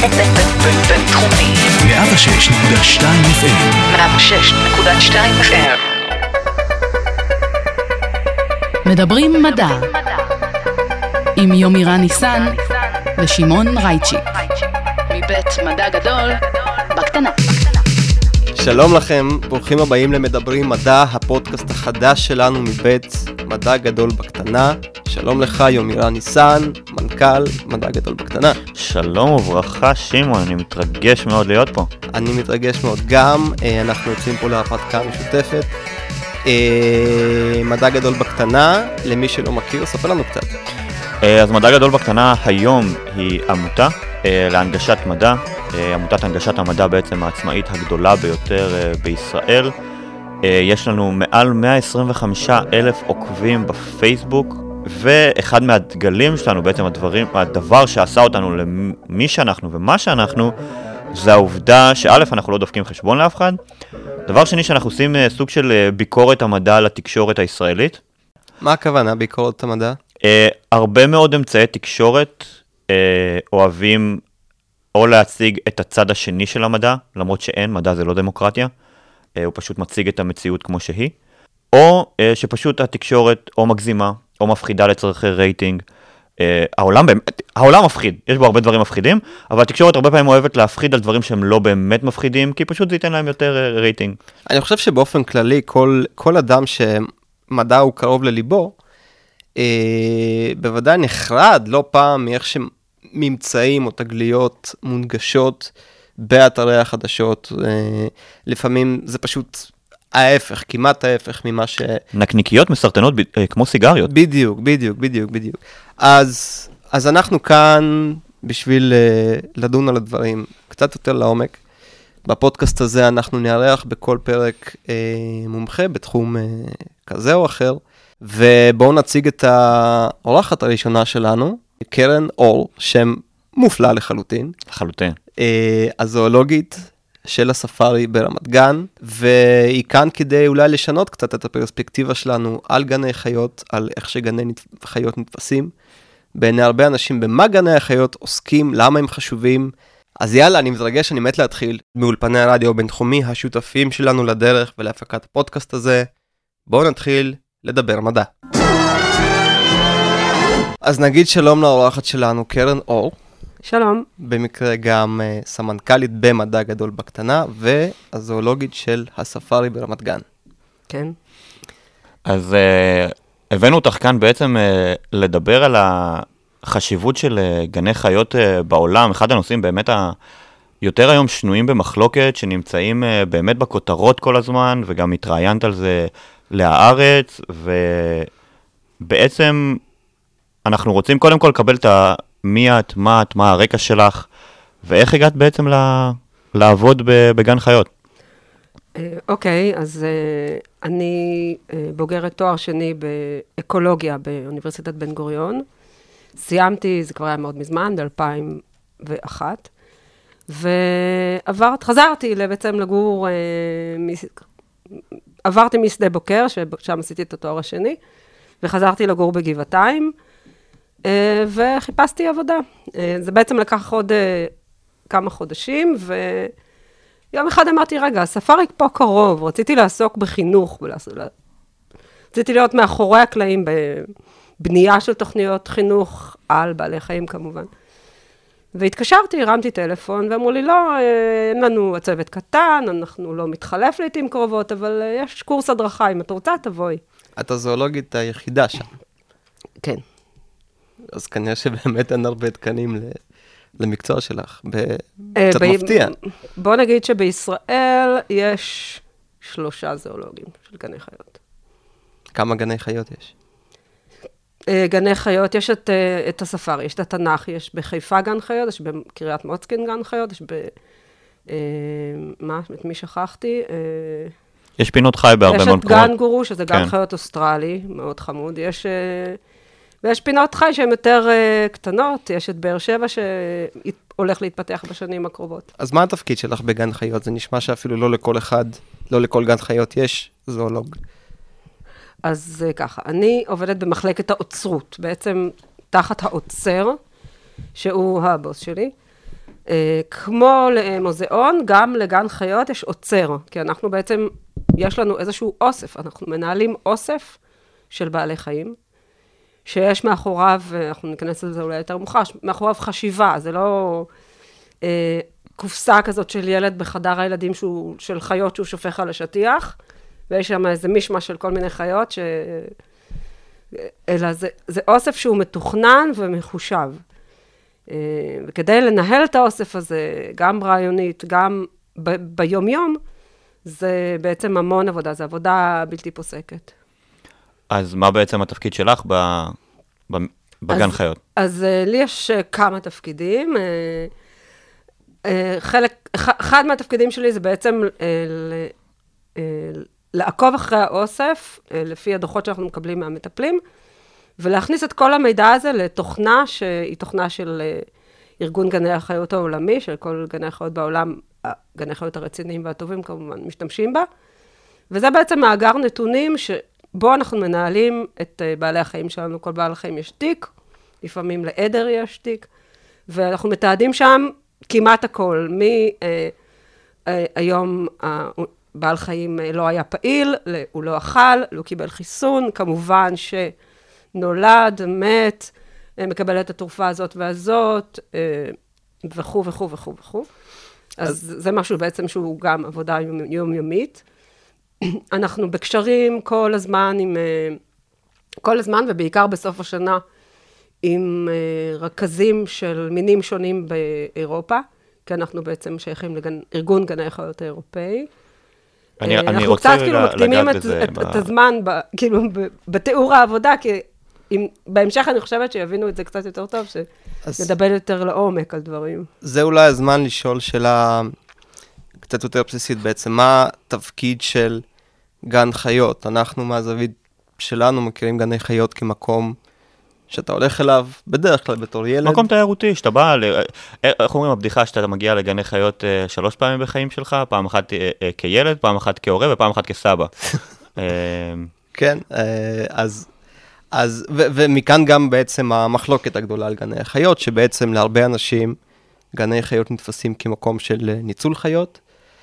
בינתחומי 106.2 FM 106.2 FM. מדברים מדע עם יומירה ניסן ושמעון רייצ'י מבית מדע גדול בקטנה. שלום לכם, ברוכים הבאים למדברים מדע, הפודקאסט החדש שלנו מבית מדע גדול בקטנה. שלום לך יומירה ניסן, מנכ"ל מדע גדול בקטנה. שלום וברכה שמעון, אני מתרגש מאוד להיות פה. אני מתרגש מאוד גם, אנחנו יוצאים פה להרפתקה משותפת. מדע גדול בקטנה, למי שלא מכיר, ספר לנו קצת. אז מדע גדול בקטנה היום היא עמותה להנגשת מדע. עמותת הנגשת המדע בעצם העצמאית הגדולה ביותר בישראל. יש לנו מעל 125,000 עוקבים בפייסבוק, ואחד מהדגלים שלנו, בעצם הדבר שעשה אותנו למי שאנחנו ומה שאנחנו, זה העובדה שא' אנחנו לא דופקים חשבון לאף אחד. דבר שני, שאנחנו עושים סוג של ביקורת המדע לתקשורת הישראלית. מה הכוונה ביקורת המדע? הרבה מאוד אמצעי תקשורת אוהבים או להציג את הצד השני של המדע, למרות שאין, מדע זה לא דמוקרטיה, הוא פשוט מציג את המציאות כמו שהיא, או שפשוט התקשורת או מגזימה, או מפחידה לצרכי רייטינג. העולם מפחיד, יש בו הרבה דברים מפחידים, אבל התקשורת הרבה פעמים אוהבת להפחיד על דברים שהם לא באמת מפחידים, כי פשוט זה ייתן להם יותר רייטינג. אני חושב שבאופן כללי, כל אדם שמדע הוא קרוב לליבו, בוודאי נחרד לא פעם מאיך שממצאים או תגליות מונגשות באתרי החדשות. לפעמים זה פשוט ההפך, כמעט ההפך ממה ש... נקניקיות מסרטנות כמו סיגריות. בדיוק. אז אנחנו כאן בשביל לדון על הדברים קצת יותר לעומק. בפודקאסט הזה אנחנו נארח בכל פרק מומחה בתחום כזה או אחר, ובואו נציג את האורחת הראשונה שלנו, קרן אור, שם מופלא לחלוטין. לחלוטין. הזואולוגית של הספארי ברמת גן, והיא כאן כדי אולי לשנות קצת את הפרספקטיבה שלנו על גני חיות, על איך שגני חיות נתפסים, בעיני הרבה אנשים במה גני החיות עוסקים, למה הם חשובים. אז יאללה, אני מתרגש, אני מת להתחיל מאולפני הרדיו בינתחומי, השותפים שלנו לדרך ולהפקת הפודקאסט הזה. בואו נתחיל לדבר מדע. אז נגיד שלום לאורחת שלנו, קרן אור. שלום. במקרה גם סמנכ"לית במדע גדול בקטנה, והזואולוגית של הספארי ברמת גן. כן. אז הבאנו אותך כאן בעצם לדבר על החשיבות של גני חיות בעולם. אחד הנושאים באמת יותר היום שנויים במחלוקת, שנמצאים באמת בכותרות כל הזמן, וגם התראיינת על זה להארץ, ובעצם אנחנו רוצים קודם כל לקבל את מי את, מה הרקע שלך, ואיך הגעת בעצם לעבוד בגן חיות? אוקיי, אז אני בוגרת תואר שני באקולוגיה באוניברסיטת בן גוריון. סיימתי, זה כבר היה מאוד מזמן, ב-2001, חזרתי בעצם לגור, עברתי משדה בוקר, שם עשיתי את התואר השני, וחזרתי לגור בגבעתיים, וחיפשתי עבודה. זה בעצם לקח עוד כמה חודשים, ויום אחד אמרתי, רגע, הספארי פה קרוב, רציתי לעסוק בחינוך, רציתי להיות מאחורי הקלעים בבנייה של תוכניות חינוך על בעלי חיים כמובן. והתקשרתי, הרמתי טלפון, ואמרו לי, לא, אין לנו הצוות קטן, אנחנו לא מתחלף לעתים קרובות, אבל יש קורס הדרכה, אם את רוצה, תבואי. את הזואולוגית היחידה שם. כן. אז כנראה שבאמת אין הרבה תקנים למקצוע שלך. קצת מפתיע. בוא נגיד שבישראל יש 3 זואולוגים של גני חיות. כמה גני חיות יש? גני חיות, יש את הספארי, יש את התנ"ך, יש בחיפה גן חיות, יש בקריית מוצקין גן חיות, יש את מי שכחתי? יש פינות חי בהרבה מאוד מקומות. יש את גן גורו, שזה גן חיות אוסטרלי, מאוד חמוד. ויש פינות חי שהן יותר קטנות, יש את באר שבע שהולך להתפתח בשנים הקרובות. אז מה התפקיד שלך בגן חיות? זה נשמע שאפילו לא לכל אחד, לא לכל גן חיות יש זואולוג. אז ככה, אני עובדת במחלקת האוצרות, בעצם תחת האוצר, שהוא הבוס שלי, כמו למוזיאון, גם לגן חיות יש עוצר, כי אנחנו בעצם, יש לנו איזשהו אוסף, אנחנו מנהלים אוסף של בעלי חיים, שיש מאחוריו, אנחנו ניכנס לזה אולי יותר מאוחר, מאחוריו חשיבה, זה לא קופסה כזאת של ילד בחדר הילדים של חיות שהוא שופך על השטיח, ויש שם איזה מישמש של כל מיני חיות, אלא זה אוסף שהוא מתוכנן ומחושב. וכדי לנהל את האוסף הזה, גם רעיונית, גם ביום-יום, זה בעצם המון עבודה, זה עבודה בלתי פוסקת. אחד מה בעצם התפקיד שלך בגן חיות? אז לי יש כמה תפקידים. אחד מהתפקידים שלי זה בעצם לעקוב אחרי האוסף, לפי הדוחות שאנחנו מקבלים מהמטפלים, ולהכניס את כל המידע הזה לתוכנה שהיא תוכנה של ארגון גני החיות העולמי, של כל גני החיות בעולם, גני החיות הרציניים והטובים כמובן משתמשים בה, וזה בעצם מאגר נתונים שבו אנחנו מנהלים את בעלי החיים שלנו, כל בעל החיים יש תיק, לפעמים לעדר יש תיק, ואנחנו מתעדים שם כמעט הכל, היום בעל חיים לא היה פעיל, הוא לא אכל, לא קיבל חיסון, כמובן שנולד, מת, מקבל את התרופה הזאת והזאת, וכו' וכו' וכו' וכו'. אז זה משהו בעצם שהוא גם עבודה יומיומית. אנחנו בקשרים כל הזמן ובעיקר בסוף השנה, עם רכזים של מינים שונים באירופה, כי אנחנו בעצם שייכים לארגון גני החיות האירופאי. אנחנו קצת כאילו מקדימים את הזמן, כאילו בתיאור העבודה, כי בהמשך אני חושבת שיבינו את זה קצת יותר טוב, שנדבר יותר לעומק על דברים. זה אולי הזמן לשאול שאלה קצת יותר בסיסית בעצם, מה התפקיד של גן חיות? אנחנו מהזווית שלנו מכירים גני חיות כמקום שאתה הולך אליו בדרך כלל בתור ילד. מקום תיירותי, שאתה בא, איך אומרים הבדיחה שאתה מגיע לגני חיות 3 פעמים בחיים שלך, פעם אחת כילד, פעם אחת כהורה ופעם אחת כסבא. כן, ומכאן גם בעצם המחלוקת הגדולה על גני החיות, שבעצם להרבה אנשים גני חיות נתפסים כמקום של ניצול חיות,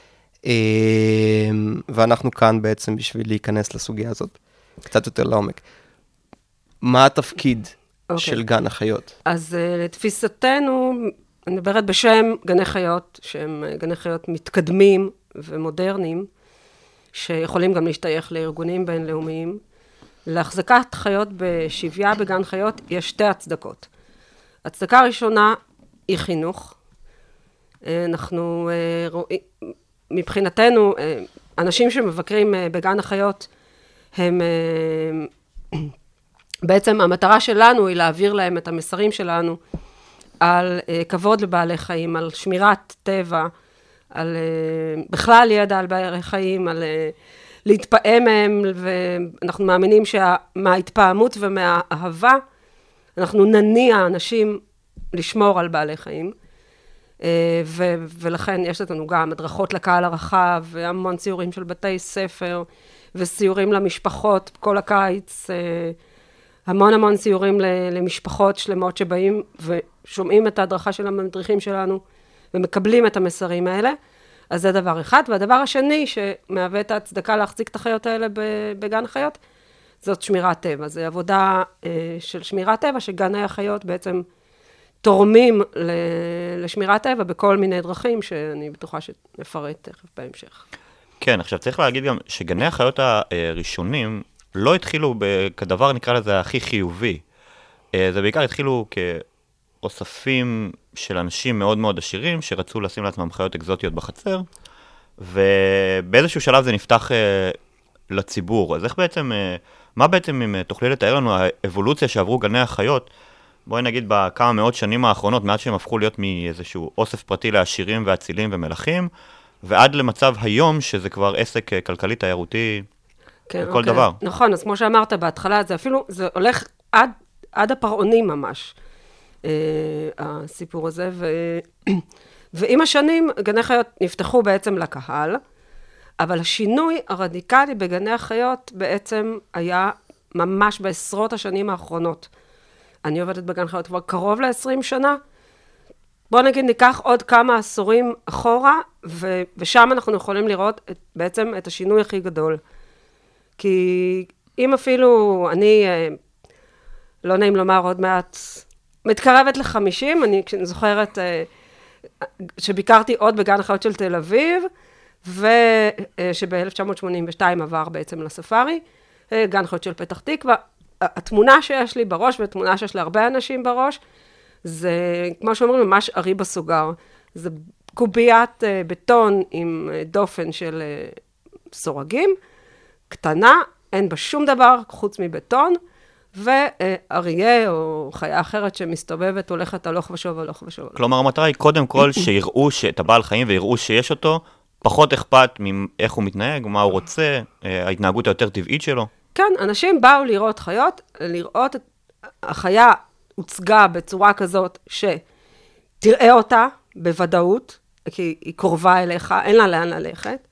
ואנחנו כאן בעצם בשביל להיכנס לסוגיה הזאת קצת יותר לעומק. מה התפקיד של גן החיות? אז לתפיסתנו, אני מדברת בשם גני חיות, שהם גני חיות מתקדמים ומודרניים, שיכולים גם להשתייך לארגונים בינלאומיים. להחזקת חיות בשביה בגן חיות יש 2 הצדקות. הצדקה הראשונה היא חינוך. אנחנו רואים, מבחינתנו, אנשים שמבקרים בגן החיות, הם בעצם המטרה שלנו היא להעביר להם את המסרים שלנו על כבוד לבעלי חיים, על שמירת טבע, על בכלל ידע על בעלי חיים, על להתפעם מהם, ואנחנו מאמינים שמההתפעמות ומהאהבה, אנחנו נניע אנשים לשמור על בעלי חיים, ולכן יש לנו גם הדרכות לקהל הרחב, והמון ציורים של בתי ספר, וסיורים למשפחות כל הקיץ, המון ציורים למשפחות שלמות שבאים ושומעים את ההדרכה של המדריכים שלנו, ומקבלים את המסרים האלה. אז זה דבר אחד. והדבר השני שמהווה את ההצדקה להחזיק את החיות האלה בגן החיות, זאת שמירת טבע. זו עבודה של שמירת טבע, שגני החיות בעצם תורמים לשמירת טבע בכל מיני דרכים, שאני בטוחה שנפרט תכף בהמשך. כן, עכשיו צריך להגיד גם שגני החיות הראשונים לא התחילו כדבר, נקרא לזה, הכי חיובי. זה בעיקר התחילו כאוספים של אנשים מאוד מאוד עשירים, שרצו לשים לעצמם חיות אקזוטיות בחצר, ובאיזשהו שלב זה נפתח לציבור. אז איך בעצם, מה בעצם אם תוכלי לתאר לנו האבולוציה שעברו גני החיות, בואי נגיד בכמה מאות שנים האחרונות, מעט שהם הפכו להיות מאיזשהו אוסף פרטי לעשירים ואצילים ומלכים, ועד למצב היום שזה כבר עסק כלכלי תיירותי, כן, כל דבר. נכון, אז כמו שאמרת בהתחלה, זה אפילו, זה הולך עד הפרעונים ממש, הסיפור הזה, ועם השנים גני חיות נפתחו בעצם לקהל, אבל השינוי הרדיקלי בגני החיות בעצם היה ממש בעשרות השנים האחרונות. אני עובדת בגן חיות כבר קרוב ל-20 שנה, בוא נגיד ניקח עוד כמה עשורים אחורה, ושם אנחנו יכולים לראות בעצם את השינוי הכי גדול. כי אם אפילו אני, לא נעים לומר עוד מעט, מתקרבת ל-50, אני זוכרת שביקרתי עוד בגן החיות של תל אביב, ושב-1982 עבר בעצם לספארי, גן חיות של פתח תקווה. התמונה שיש לי בראש, והתמונה שיש להרבה אנשים בראש, זה, כמו שאומרים, ממש ארי בסוגר. זה קוביית בטון עם דופן של סורגים, קטנה, אין בה שום דבר חוץ מבטון, ואריה או חיה אחרת שמסתובבת, הולכת הלוך ושוב, הלוך ושוב. כלומר, המטרה היא קודם כל שיראו את הבעל חיים ויראו שיש אותו, פחות אכפת מאיך הוא מתנהג, מה הוא רוצה, ההתנהגות היותר טבעית שלו. כן, אנשים באו לראות חיות, לראות את החיה הוצגה בצורה כזאת שתראה אותה בוודאות, כי היא קרובה אליך, אין לה לאן ללכת.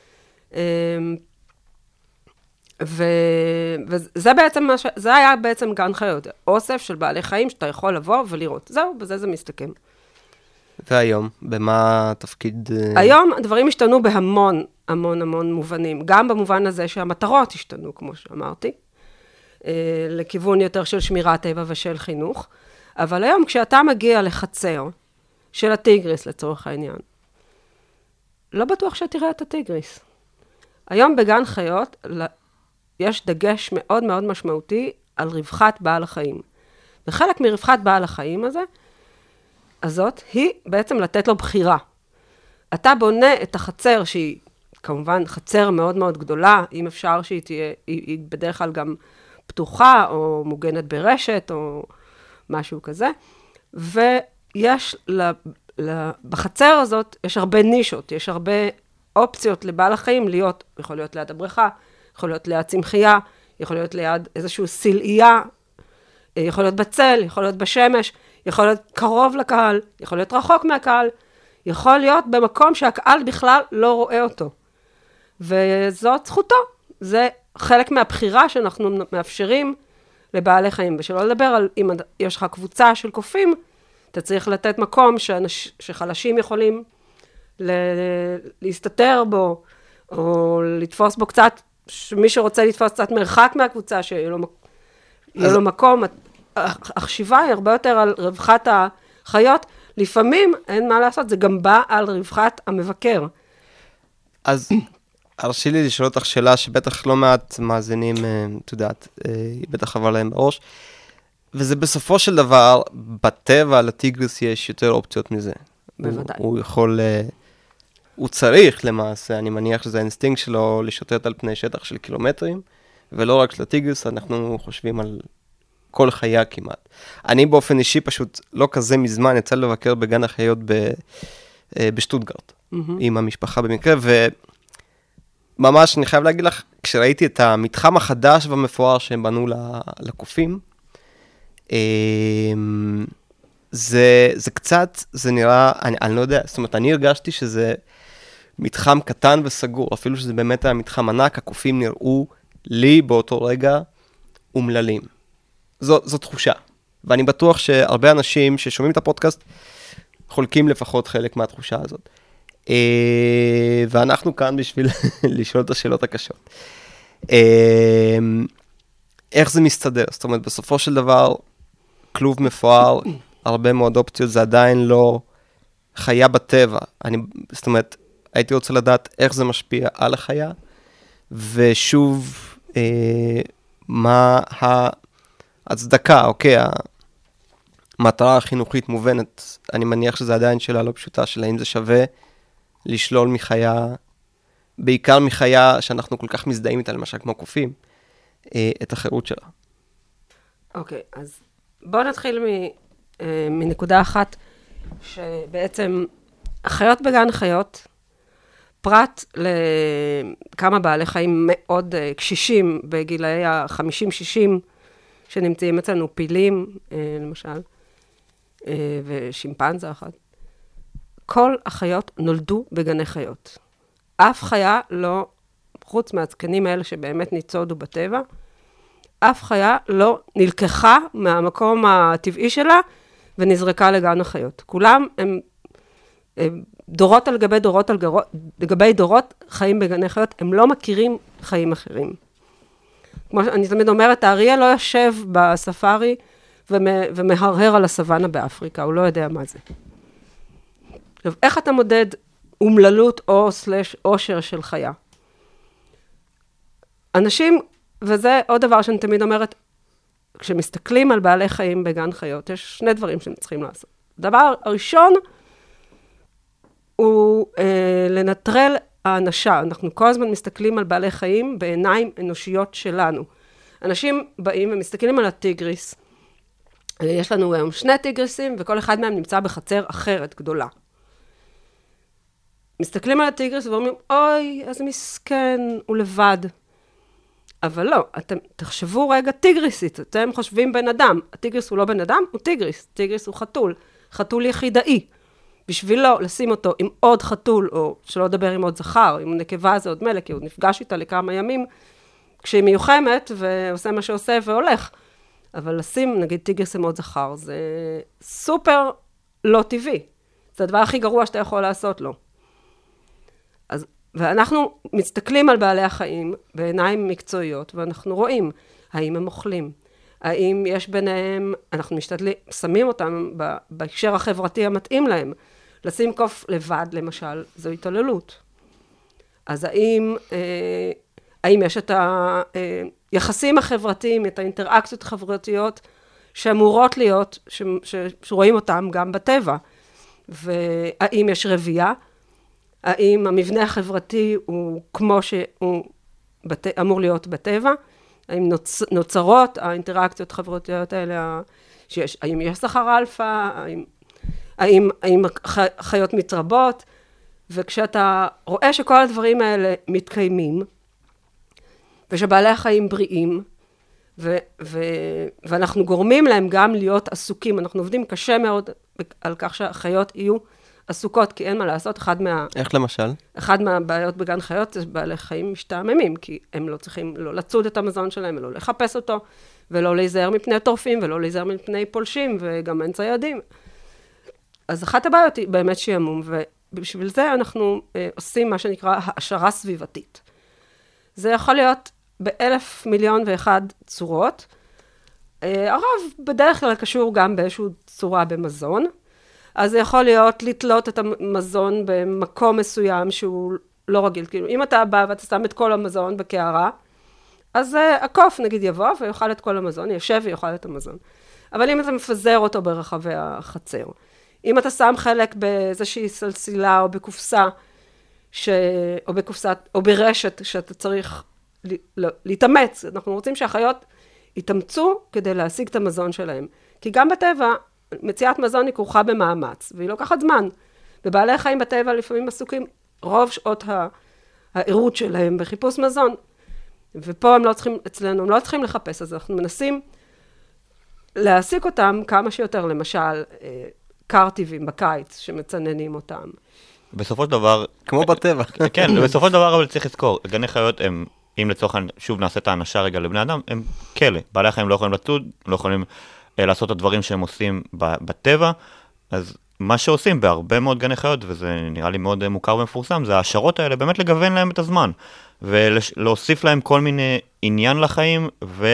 וזה בעצם זה היה בעצם גן חיות, אוסף של בעלי חיים שאתה יכול לבוא ולראות. זהו, בזה זה מסתכם. והיום, במה התפקיד? היום הדברים השתנו בהמון, המון מובנים. גם במובן הזה שהמטרות השתנו, כמו שאמרתי, לכיוון יותר של שמירת טבע ושל חינוך. אבל היום כשאתה מגיע לחצר של הטיגריס לצורך העניין, לא בטוח שתראה את הטיגריס. היום בגן חיות יש דגש מאוד מאוד משמעותי על רווחת בעל החיים. וחלק מרווחת בעל החיים הזאת היא בעצם לתת לו בחירה. אתה בונה את החצר שהיא כמובן חצר מאוד מאוד גדולה, אם אפשר שהיא תהיה, היא בדרך כלל גם פתוחה או מוגנת ברשת או משהו כזה, ויש בחצר הזאת, יש הרבה נישות, יש הרבה אופציות לבעל החיים להיות, יכול להיות ליד הבריכה, יכול להיות ליד צמחייה, יכול להיות ליד איזושהי סלעייה, יכול להיות בצל, יכול להיות בשמש, יכול להיות קרוב לקהל, יכול להיות רחוק מהקהל, יכול להיות במקום שהקהל בכלל לא רואה אותו. וזאת זכותו. זה חלק מהבחירה שאנחנו מאפשרים לבעלי חיים. ושלא לדבר על אם יש לך קבוצה של קופים, אתה צריך לתת מקום שחלשים יכולים להסתתר בו, או לתפוס בו קצת, מי שרוצה לתפוס קצת מרחק מהקבוצה, שיהיה לו מקום. החשיבה היא הרבה יותר על רווחת החיות. לפעמים אין מה לעשות, זה גם בא על רווחת המבקר. אז הרשי לי לשאול אותך שאלה שבטח לא מעט מאזינים, את יודעת, בטח עבר להם בראש, וזה בסופו של דבר, בטבע לטיגריס יש יותר אופציות מזה. בוודאי. הוא יכול, הוא צריך למעשה, אני מניח שזה האינסטינקט שלו לשוטט על פני שטח של קילומטרים, ולא רק של הטיגריס, אנחנו חושבים על כל חיה כמעט. אני באופן אישי פשוט לא כזה מזמן יצא לבקר בגן החיות בשטוטגרט, עם המשפחה במקרה, וממש אני חייב להגיד לך, כשראיתי את המתחם החדש והמפואר שהם בנו לקופים, זה קצת, זה נראה, אני לא יודע, זאת אומרת, אני הרגשתי שזה מתחם קטן וסגור, אפילו שזה באמת היה מתחם ענק, הקופים נראו לי באותו רגע אומללים. זו תחושה, ואני בטוח שהרבה אנשים ששומעים את הפודקאסט חולקים לפחות חלק מהתחושה הזאת. ואנחנו כאן בשביל לשאול את השאלות הקשות. איך זה מסתדר? זאת אומרת, בסופו של דבר, כלוב מפואר, הרבה מאוד אופציות, זה עדיין לא חיה בטבע. זאת אומרת, הייתי רוצה לדעת איך זה משפיע על החיה, ושוב, מה ההצדקה, אוקיי, המטרה החינוכית מובנת, אני מניח שזה עדיין שאלה לא פשוטה, של האם זה שווה לשלול מחיה, בעיקר מחיה שאנחנו כל כך מזדהים איתה, למשל כמו קופים, את החירות שלה. אוקיי, אז בואו נתחיל מנקודה אחת, שבעצם החיות בגן חיות, פרט לכמה בעלי חיים מאוד קשישים, בגילאי ה-50-60, שנמצאים אצלנו פילים, למשל, ושימפנזה אחת. כל החיות נולדו בגני חיות. אף חיה לא, חוץ מהזקנים האלה שבאמת ניצודו בטבע, אף חיה לא נלקחה מהמקום הטבעי שלה, ונזרקה לגן החיות. כולם הם דורות על גבי דורות חיים בגני חיות, הם לא מכירים חיים אחרים. כמו שאני תמיד אומרת, האריה לא יושב בספארי ומהרהר על הסוואנה באפריקה, הוא לא יודע מה זה. עכשיו, איך אתה מודד אומללות או סלש אושר של חיה? אנשים, וזה עוד דבר שאני תמיד אומרת, כשמסתכלים על בעלי חיים בגן חיות, יש שני דברים שהם צריכים לעשות. הדבר הראשון הוא לנטרל האנשה. אנחנו כל הזמן מסתכלים על בעלי חיים בעיניים אנושיות שלנו. אנשים באים ומסתכלים על הטיגריס. יש לנו היום 2 טיגריסים, וכל אחד מהם נמצא בחצר אחרת גדולה. מסתכלים על הטיגריס ואומרים, אוי, איזה מסכן, הוא לבד. אבל לא, אתם תחשבו רגע טיגריסית, אתם חושבים בן אדם. הטיגריס הוא לא בן אדם, הוא טיגריס. טיגריס הוא חתול, חתול יחידאי. בשבילו לשים אותו עם עוד חתול, או שלא לדבר עם עוד זכר, עם נקבה זה עוד מלך, כי הוא נפגש איתה לכמה ימים, כשהיא מיוחמת ועושה מה שעושה והולך. אבל לשים, נגיד, טיגריס עם עוד זכר, זה סופר לא טבעי. זה הדבר הכי גרוע שאתה יכול לעשות לו. ואנחנו מסתכלים על בעלי החיים בעיניים מקצועיות, ואנחנו רואים האם הם אוכלים, האם יש ביניהם, אנחנו משתדלים, שמים אותם בהקשר החברתי המתאים להם. לשים קוף לבד, למשל, זו התעללות. אז האם יש את היחסים החברתיים, את האינטראקציות החברתיות שאמורות להיות, שרואים אותם גם בטבע. והאם יש רבייה? האם המבנה החברתי הוא כמו שהוא אמור להיות בטבע? האם נוצרות האינטראקציות החברתיות האלה, האם יש שכר אלפא? האם חיות מתרבות? וכשאתה רואה שכל הדברים האלה מתקיימים, ושבעלי החיים בריאים, ואנחנו גורמים להם גם להיות עסוקים, אנחנו עובדים קשה מאוד על כך שהחיות יהיו עסוקות, כי אין מה לעשות. איך למשל? אחד מהבעיות בגן חיות זה בעלי חיים משתעממים, כי הם לא צריכים לא לצוד את המזון שלהם, ולא לחפש אותו, ולא להיזהר מפני טורפים, ולא להיזהר מפני פולשים, וגם אין ציידים. אז אחת הבעיות היא באמת שעמום, ובשביל זה אנחנו עושים מה שנקרא העשרה סביבתית. זה יכול להיות ב1,000,000,001 צורות. הרוב בדרך כלל קשור גם באיזושהי צורה במזון. אז זה יכול להיות לתלות את המזון במקום מסוים שהוא לא רגיל. כאילו, אם אתה בא ואתה שם את כל המזון בקערה, אז הקוף נגיד יבוא ויאכל את כל המזון, יושב ויאכל את המזון. אבל אם אתה מפזר אותו ברחבי החצר, אם אתה שם חלק באיזושהי סלסילה או בקופסה, או ברשת שאתה צריך להתאמץ, אנחנו רוצים שהחיות יתאמצו כדי להשיג את המזון שלהם. כי גם בטבע, מציאת מזון היא כרוכה במאמץ, והיא לוקחת זמן. ובעלי חיים בטבע לפעמים עסוקים רוב שעות העירות שלהם בחיפוש מזון. ופה הם לא צריכים, אצלנו הם לא צריכים לחפש, אז אנחנו מנסים להעסיק אותם כמה שיותר, למשל, קרטיבים בקיץ שמצננים אותם. בסופו של דבר... כמו בטבע. כן, בסופו של דבר אבל צריך לזכור, גני חיות הם, אם לצורך שוב נעשה את האנשה רגע לבני אדם, הם כלא. בעלי החיים לא יכולים לצוד, לא יכולים לעשות את הדברים שהם עושים בטבע, אז מה שעושים בהרבה מאוד גני חיות, וזה נראה לי מאוד מוכר ומפורסם, זה ההשערות האלה, באמת לגוון להם את הזמן, ולהוסיף להם כל מיני עניין לחיים,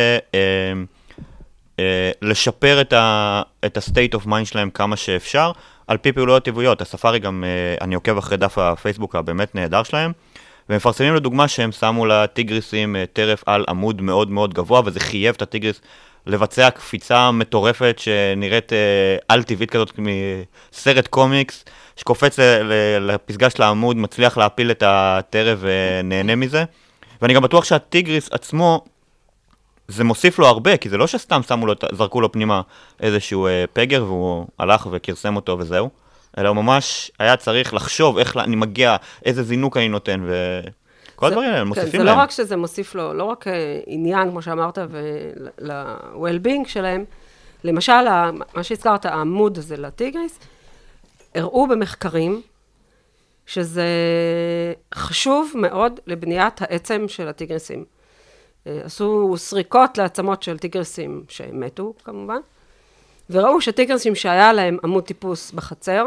ולשפר את ה-state of mind שלהם כמה שאפשר, על פי פעילויות טבעיות. הספארי גם, אני עוקב אחרי דף הפייסבוק הבאמת נהדר שלהם, והם מפרסמים לדוגמה שהם שמו לטיגריסים טרף על עמוד מאוד מאוד גבוה, וזה חייב את הטיגריס לבצע קפיצה מטורפת שנראית על-טבעית כזאת מסרט קומיקס, שקופץ לפסגה של העמוד, מצליח להפיל את הטרף ונהנה מזה. ואני גם בטוח שהטיגריס עצמו, זה מוסיף לו הרבה, כי זה לא שסתם זרקו לו פנימה איזשהו פגר, והוא הלך וקרסם אותו וזהו, אלא הוא ממש היה צריך לחשוב איך אני מגיע, איזה זינוק אני נותן, כל הדברים האלה מוסיפים להם. זה לא רק שזה מוסיף לו, לא רק עניין, כמו שאמרת, ל-well-being שלהם, למשל, מה שהזכרת, העמוד הזה לטיגריס, הראו במחקרים שזה חשוב מאוד לבניית העצם של הטיגריסים. עשו סריקות לעצמות של טיגריסים שמתו, כמובן, וראו שטיגרסים שהיה להם עמוד טיפוס בחצר,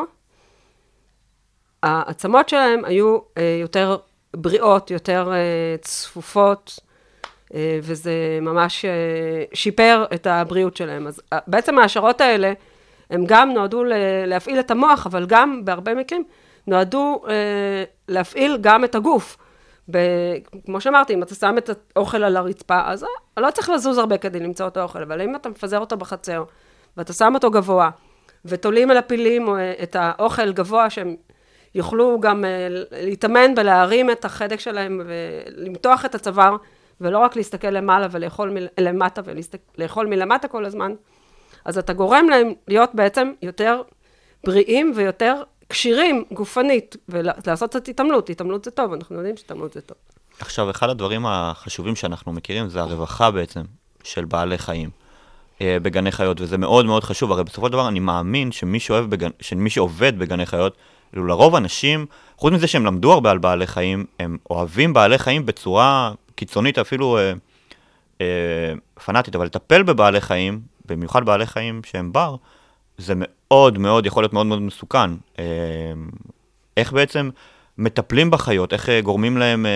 העצמות שלהם היו יותר בריאות, יותר צפופות, וזה ממש שיפר את הבריאות שלהם. אז בעצם ההשערות האלה, הם גם נועדו להפעיל את המוח, אבל גם בהרבה מקרים נועדו להפעיל גם את הגוף. כמו שאמרתי, אם אתה שם את האוכל על הרצפה, אז לא צריך לזוז הרבה כדי למצוא את האוכל, אבל אם אתה מפזר אותו בחצר, ואתה שם אותו גבוה, ותולים על הפילים את האוכל גבוה, שהם יוכלו גם להתאמן ולהרים את החדק שלהם, ולמתוח את הצוואר, ולא רק להסתכל למעלה ולאכול למטה, ולאכול מלמטה כל הזמן, אז אתה גורם להם להיות בעצם יותר בריאים ויותר קשירים גופנית, ולעשות קצת התעמלות. התעמלות זה טוב, אנחנו יודעים שהתעמלות זה טוב. עכשיו, אחד הדברים החשובים שאנחנו מכירים זה הרווחה בעצם של בעלי חיים בגני חיות, וזה מאוד מאוד חשוב. הרי בסופו של דבר אני מאמין שמי שעובד בגני חיות, לרוב אנשים, חוץ מזה שהם למדו הרבה על בעלי חיים, הם אוהבים בעלי חיים בצורה קיצונית, אפילו פנאטית, אבל לטפל בבעלי חיים, במיוחד בעלי חיים שהם בר, זה מאוד מאוד, יכול להיות מאוד מאוד מסוכן. איך בעצם מטפלים בחיות, איך גורמים להם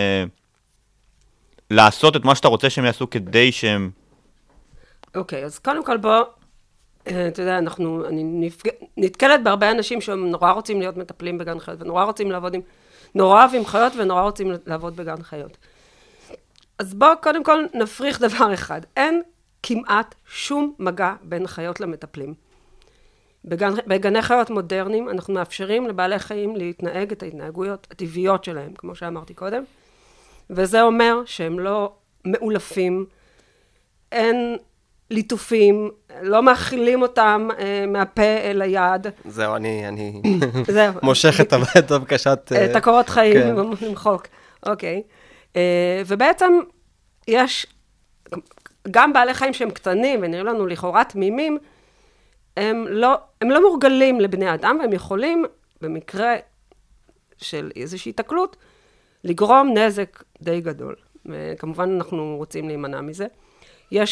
לעשות את מה שאתה רוצה שהם יעשו כדי שהם... אוקיי, אז קודם כל בוא, אתה יודע, אני נתקלת בהרבה אנשים שהם נורא רוצים להיות מטפלים בגן חיות, ונורא רוצים לעבוד נורא אוהבים חיות ונורא רוצים לעבוד בגן חיות. אז בוא קודם כל נפריך דבר אחד, אין כמעט שום מגע בין חיות למטפלים. בגני חיות מודרניים אנחנו מאפשרים לבעלי חיים להתנהג את ההתנהגויות הטבעיות שלהם, כמו שאמרתי קודם, וזה אומר שהם לא מאולפים, אין ליטופים, לא מאכילים אותם מהפה אל היד. זהו, אני מושך את הבקשת... את הקורות חיים, למחוק. אוקיי. ובעצם יש גם בעלי חיים שהם קטנים, ונראים לנו לכאורה תמימים, הם לא מורגלים לבני אדם, והם יכולים, במקרה של איזושהי תקלות, לגרום נזק די גדול. וכמובן אנחנו רוצים להימנע מזה. יש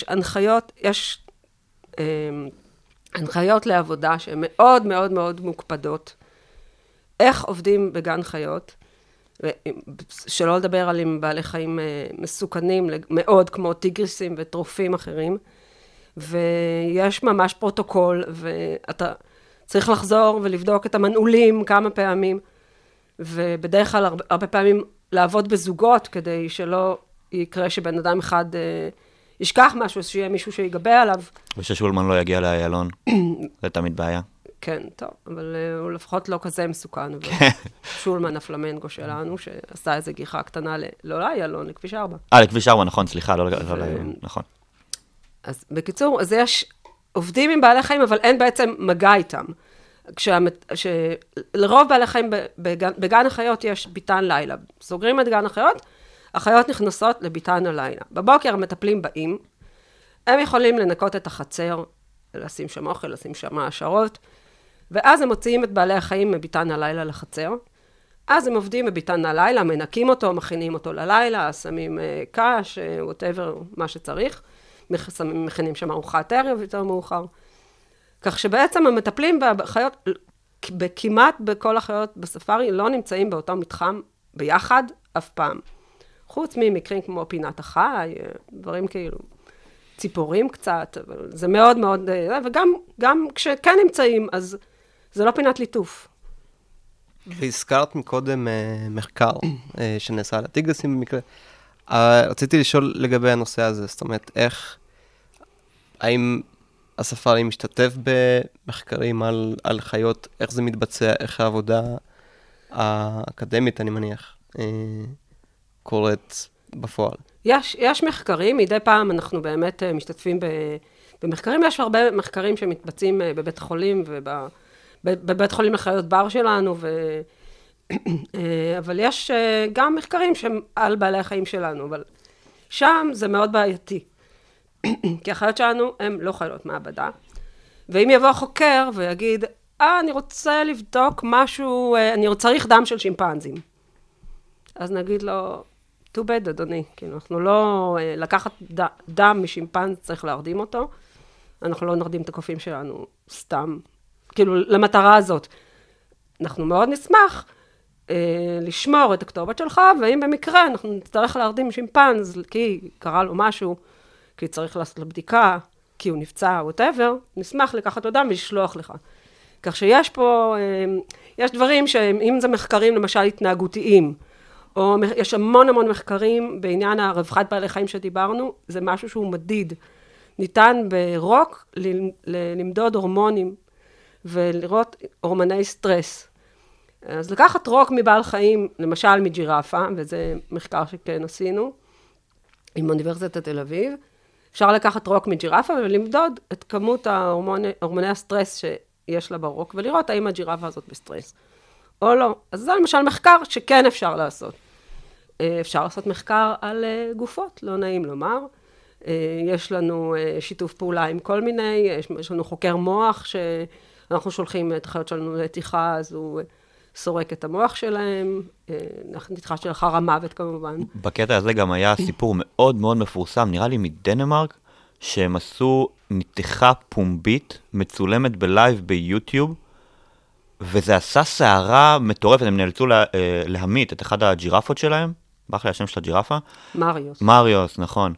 הנחיות לעבודה שהן מאוד מאוד מאוד מוקפדות. איך עובדים בגן חיות, שלא לדבר על עם בעלי חיים מסוכנים מאוד, כמו טיגריסים וטרופים אחרים, ויש ממש פרוטוקול, ואתה צריך לחזור ולבדוק את המנעולים כמה פעמים, ובדרך כלל הרבה פעמים לעבוד בזוגות, כדי שלא יקרה שבן אדם אחד ישכח משהו, שיהיה מישהו שיגבה עליו. וששולמן לא יגיע לאיילון, זה תמיד בעיה. כן, טוב, אבל הוא לפחות לא כזה מסוכן. שולמן הפלמנגו שלנו, שעשה איזו גיחה קטנה, לא לאיילון, לכביש 4. לכביש 4, נכון, סליחה, לא לאיילון, נכון. אז בקיצור, אז יש עובדים עם בעלי חיים, אבל אין בעצם מגע איתם. לרוב בעלי חיים בגן החיות יש ביתן לילה. סוגרים את גן החיות, החיות נכנסות לביתן הלילה. בבוקר המטפלים באים, הם יכולים לנקות את החצר, לשים שם אוכל, לשים שם העשרות, ואז הם מוציאים את בעלי החיים מביתן הלילה לחצר. אז הם עובדים בביתן הלילה, מנקים אותו, מכינים אותו ללילה, שמים קש, whatever, מה שצריך. מכינים שם ארוחת ערב יותר מאוחר. כך שבעצם המטפלים בחיות, כמעט בכל החיות בספארי, לא נמצאים באותו מתחם ביחד אף פעם. חוץ ממקרים כמו פינת החי, דברים כאילו, ציפורים קצת, אבל זה מאוד מאוד, וגם כשכן נמצאים, אז זה לא פינת ליטוף. והזכרת מקודם מחקר שנעשה על הטיגריסים במקרה. רציתי לשאול לגבי הנושא הזה, זאת אומרת, האם הספארי משתתף במחקרים על חיות, איך זה מתבצע, איך העבודה האקדמית, אני מניח, קורית בפועל? יש מחקרים, מדי פעם אנחנו באמת משתתפים במחקרים, יש הרבה מחקרים שמתבצעים בבית החולים, ובבית חולים לחיות בר שלנו, אבל יש גם מחקרים שהם על בעלי החיים שלנו, אבל שם זה מאוד בעייתי. כי החיות שלנו הן לא חיות מעבדה. ואם יבוא חוקר ויגיד, אני רוצה לבדוק משהו, אני צריך דם של שימפנזים. אז נגיד לו, too bad, אדוני. כאילו, אנחנו לא לקחת דם משימפנז, צריך להרדים אותו. אנחנו לא נרדים את הקופים שלנו סתם, כאילו למטרה הזאת. אנחנו מאוד נשמח לשמור את הכתובת שלך, ואם במקרה אנחנו נצטרך להרדים שימפנז, כי קרה לו משהו, כי צריך לעשות לבדיקה, כי הוא נפצע, whatever, נשמח לקחת אותם ולשלוח לך. כך שיש פה, יש דברים שאם זה מחקרים למשל התנהגותיים, או יש המון מחקרים בעניין הרווחת בעלי חיים שדיברנו, זה משהו שהוא מדיד. ניתן ברוק למדוד הורמונים, ולראות הורמוני סטרס. אז לקחת רוק מבעל חיים, למשל מג'ירפה, וזה מחקר שכן עשינו, עם אוניברסיטת תל אביב, אפשר לקחת רוק מג'ירפה ולמדוד את כמות הורמוני הסטרס שיש לה ברוק, ולראות האם הג'ירפה הזאת בסטרס או לא. אז זה למשל מחקר שכן אפשר לעשות. אפשר לעשות מחקר על גופות, לא נעים לומר. יש לנו שיתוף פעולה עם כל מיני, יש לנו חוקר מוח שאנחנו שולחים את החיות שלנו לתיכה, אז הוא סורק את המוח שלהם, נתיכה של אחר המוות כמובן. בקטע הזה גם היה סיפור מאוד מאוד מפורסם, נראה לי מדנמרק, שהם עשו נתיחה פומבית, מצולמת בלייב ביוטיוב, וזה עשה סערה מטורפת, הם נאלצו להמית את אחד הג'ירפות שלהם, בא לי השם של הג'ירפה? מריוס, נכון.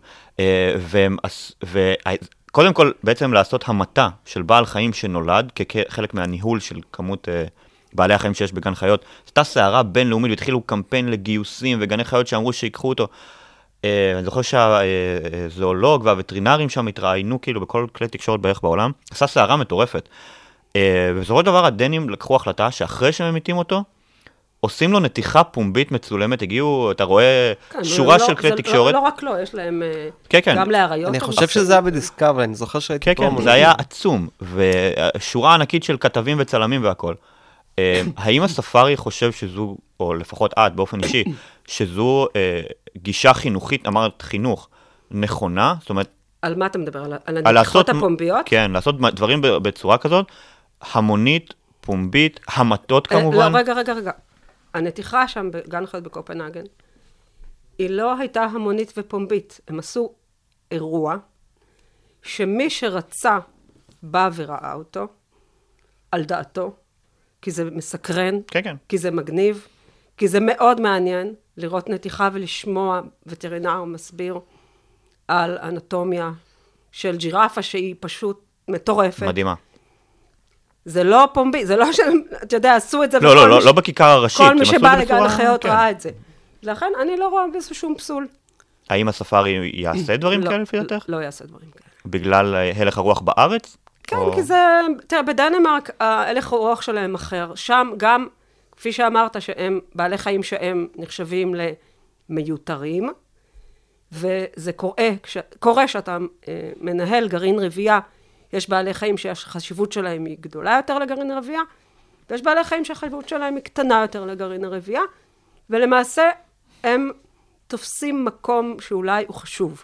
וקודם כל בעצם לעשות המתה של בעל חיים שנולד, כחלק מהניהול של כמות בעלי החיים שיש בגן חיות, הייתה סערה בינלאומית, והתחילו קמפיין לגיוסים וגני חיות שאמרו שיקחו אותו. אני זוכר שהזואולוג והווטרינרים שם התראיינו כאילו בכל כלי תקשורת בערך בעולם, עשה סערה מטורפת. ובסופו של דבר הדנים לקחו החלטה שאחרי שהם ממיתים אותו, עושים לו נתיחה פומבית מצולמת, הגיעו, אתה רואה שורה של כלי תקשורת. לא רק לא, יש להם גם להריות. אני חושב שזה היה בדיסקאברי, אני זוכר שהייתי פה. כן, זה היה עצום, ושורה ענקית של כתבים וצלמים והכל. האם הספארי חושב שזו, או לפחות את באופן אישי, שזו גישה חינוכית, אמרת חינוך, נכונה? זאת אומרת... על מה אתה מדבר? על הנתיחות הפומביות? כן, לעשות דברים בצורה כזאת, המונית, פומבית, המתות כמובן. לא, רגע. הנתיחה שם בגן חיות בקופנהגן, היא לא הייתה המונית ופומבית. הם עשו אירוע, שמי שרצה בא וראה אותו, על דעתו, כי זה מסקרן, כן. כי זה מגניב, כי זה מאוד מעניין לראות נתיחה ולשמוע וטרינר מסביר על אנטומיה של ג'ירפה שהיא פשוט מטורפת. מדהימה. זה לא פומבי, זה לא אתה יודע, עשו את זה. לא בכיכר הראשית. כל מי שבא לגן החיות ראה את זה. לכן אני לא רואה בזה שום פסול. האם הספארי יעשה דברים כאלה לפי דעתך? לא יעשה דברים כאלה. בגלל הלך הרוח בארץ? כן, כי זה, תראה, בדנמרק הלך הרוח שלהם אחר. שם גם, כפי שאמרת, שהם בעלי חיים שהם נחשבים למיותרים, וזה קורה שאתה מנהל גרעין רבייה, יש בעלי חיים שהחשיבות שלהם היא גדולה יותר לגרעין הרבייה, ויש בעלי חיים שהחשיבות שלהם היא קטנה יותר לגרעין הרבייה, ולמעשה הם תופסים מקום שאולי הוא חשוב.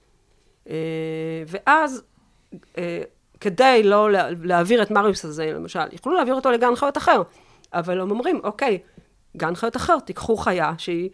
ואז, כדי לא להעביר את מריוס הזה, למשל, יכולו להעביר אותו לגן חיות אחר, אבל הם אומרים, אוקיי, גן חיות אחר, תיקחו חיה שהיא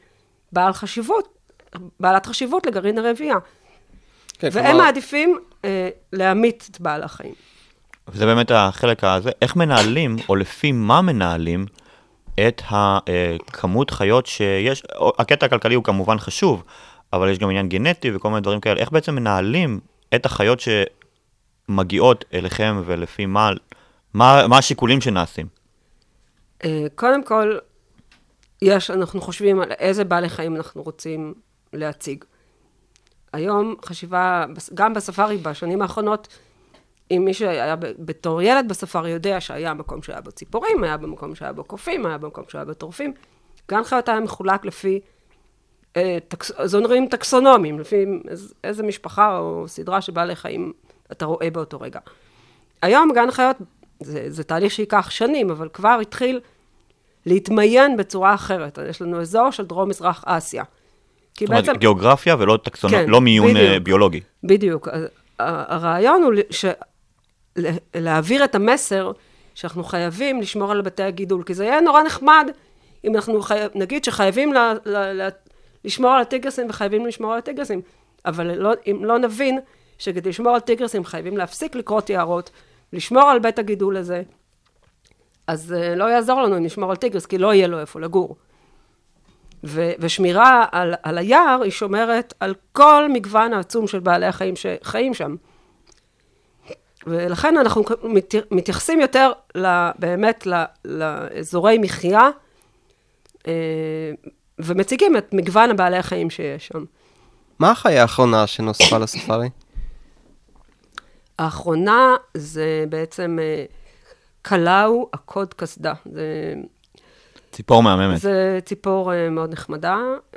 בעלת חשיבות לגרעין הרבייה. כן, והם מעדיפים להמית את בעל החיים. וזה באמת החלק הזה, איך מנהלים, או לפי מה מנהלים, את הכמות חיות שיש, הקטע הכלכלי הוא כמובן חשוב, אבל יש גם עניין גנטי וכל מיני דברים כאלה, איך בעצם מנהלים את החיות שמגיעות אליכם, ולפי מה השיקולים שנעשים? קודם כל, אנחנו חושבים על איזה בעלי חיים אנחנו רוצים להציג. היום חשיבה, גם בספארי בשנים האחרונות, אם מי שהיה בתור ילד בספארי יודע שהיה מקום שהיה בו ציפורים, היה במקום שהיה בו קופים, היה במקום שהיה בו טורפים, גן חיות היה מחולק לפי זונרים טקסונומיים, לפי איזה משפחה או סדרה של בעלי חיים אתה רואה באותו רגע. היום גן חיות, זה תהליך שיקח שנים, אבל כבר התחיל להתמיין בצורה אחרת. יש לנו אזור של דרום מזרח אסיה. זאת אומרת, גיאוגרפיה ולא טקסונומיה, לא מיון ביולוגי. בדיוק. הרעיון הוא להעביר את המסר שאנחנו חייבים לשמור על בתי הגידול, כי זה יהיה נורא נחמד אם אנחנו נגיד שחייבים לשמור על הטיגרסים וחייבים לשמור על הטיגרסים, אבל אם לא נבין שכדי לשמור על טיגרסים חייבים להפסיק לקרות יערות, לשמור על בית הגידול הזה, אז לא יעזור לנו אם נשמור על טיגרס, כי לא יהיה לו איפה לגור. ושמירה על היער היא שומרת על כל מגוון העצום של בעלי החיים שחיים שם. ולכן אנחנו מתייחסים יותר באמת לאזורי מחיה, ומציגים את מגוון הבעלי החיים שיש שם. מה החיה האחרונה שנוספה לספארי? האחרונה זה בעצם קלאו עקוד קסדה. ציפור מהממת. זה ציפור מאוד נחמדה,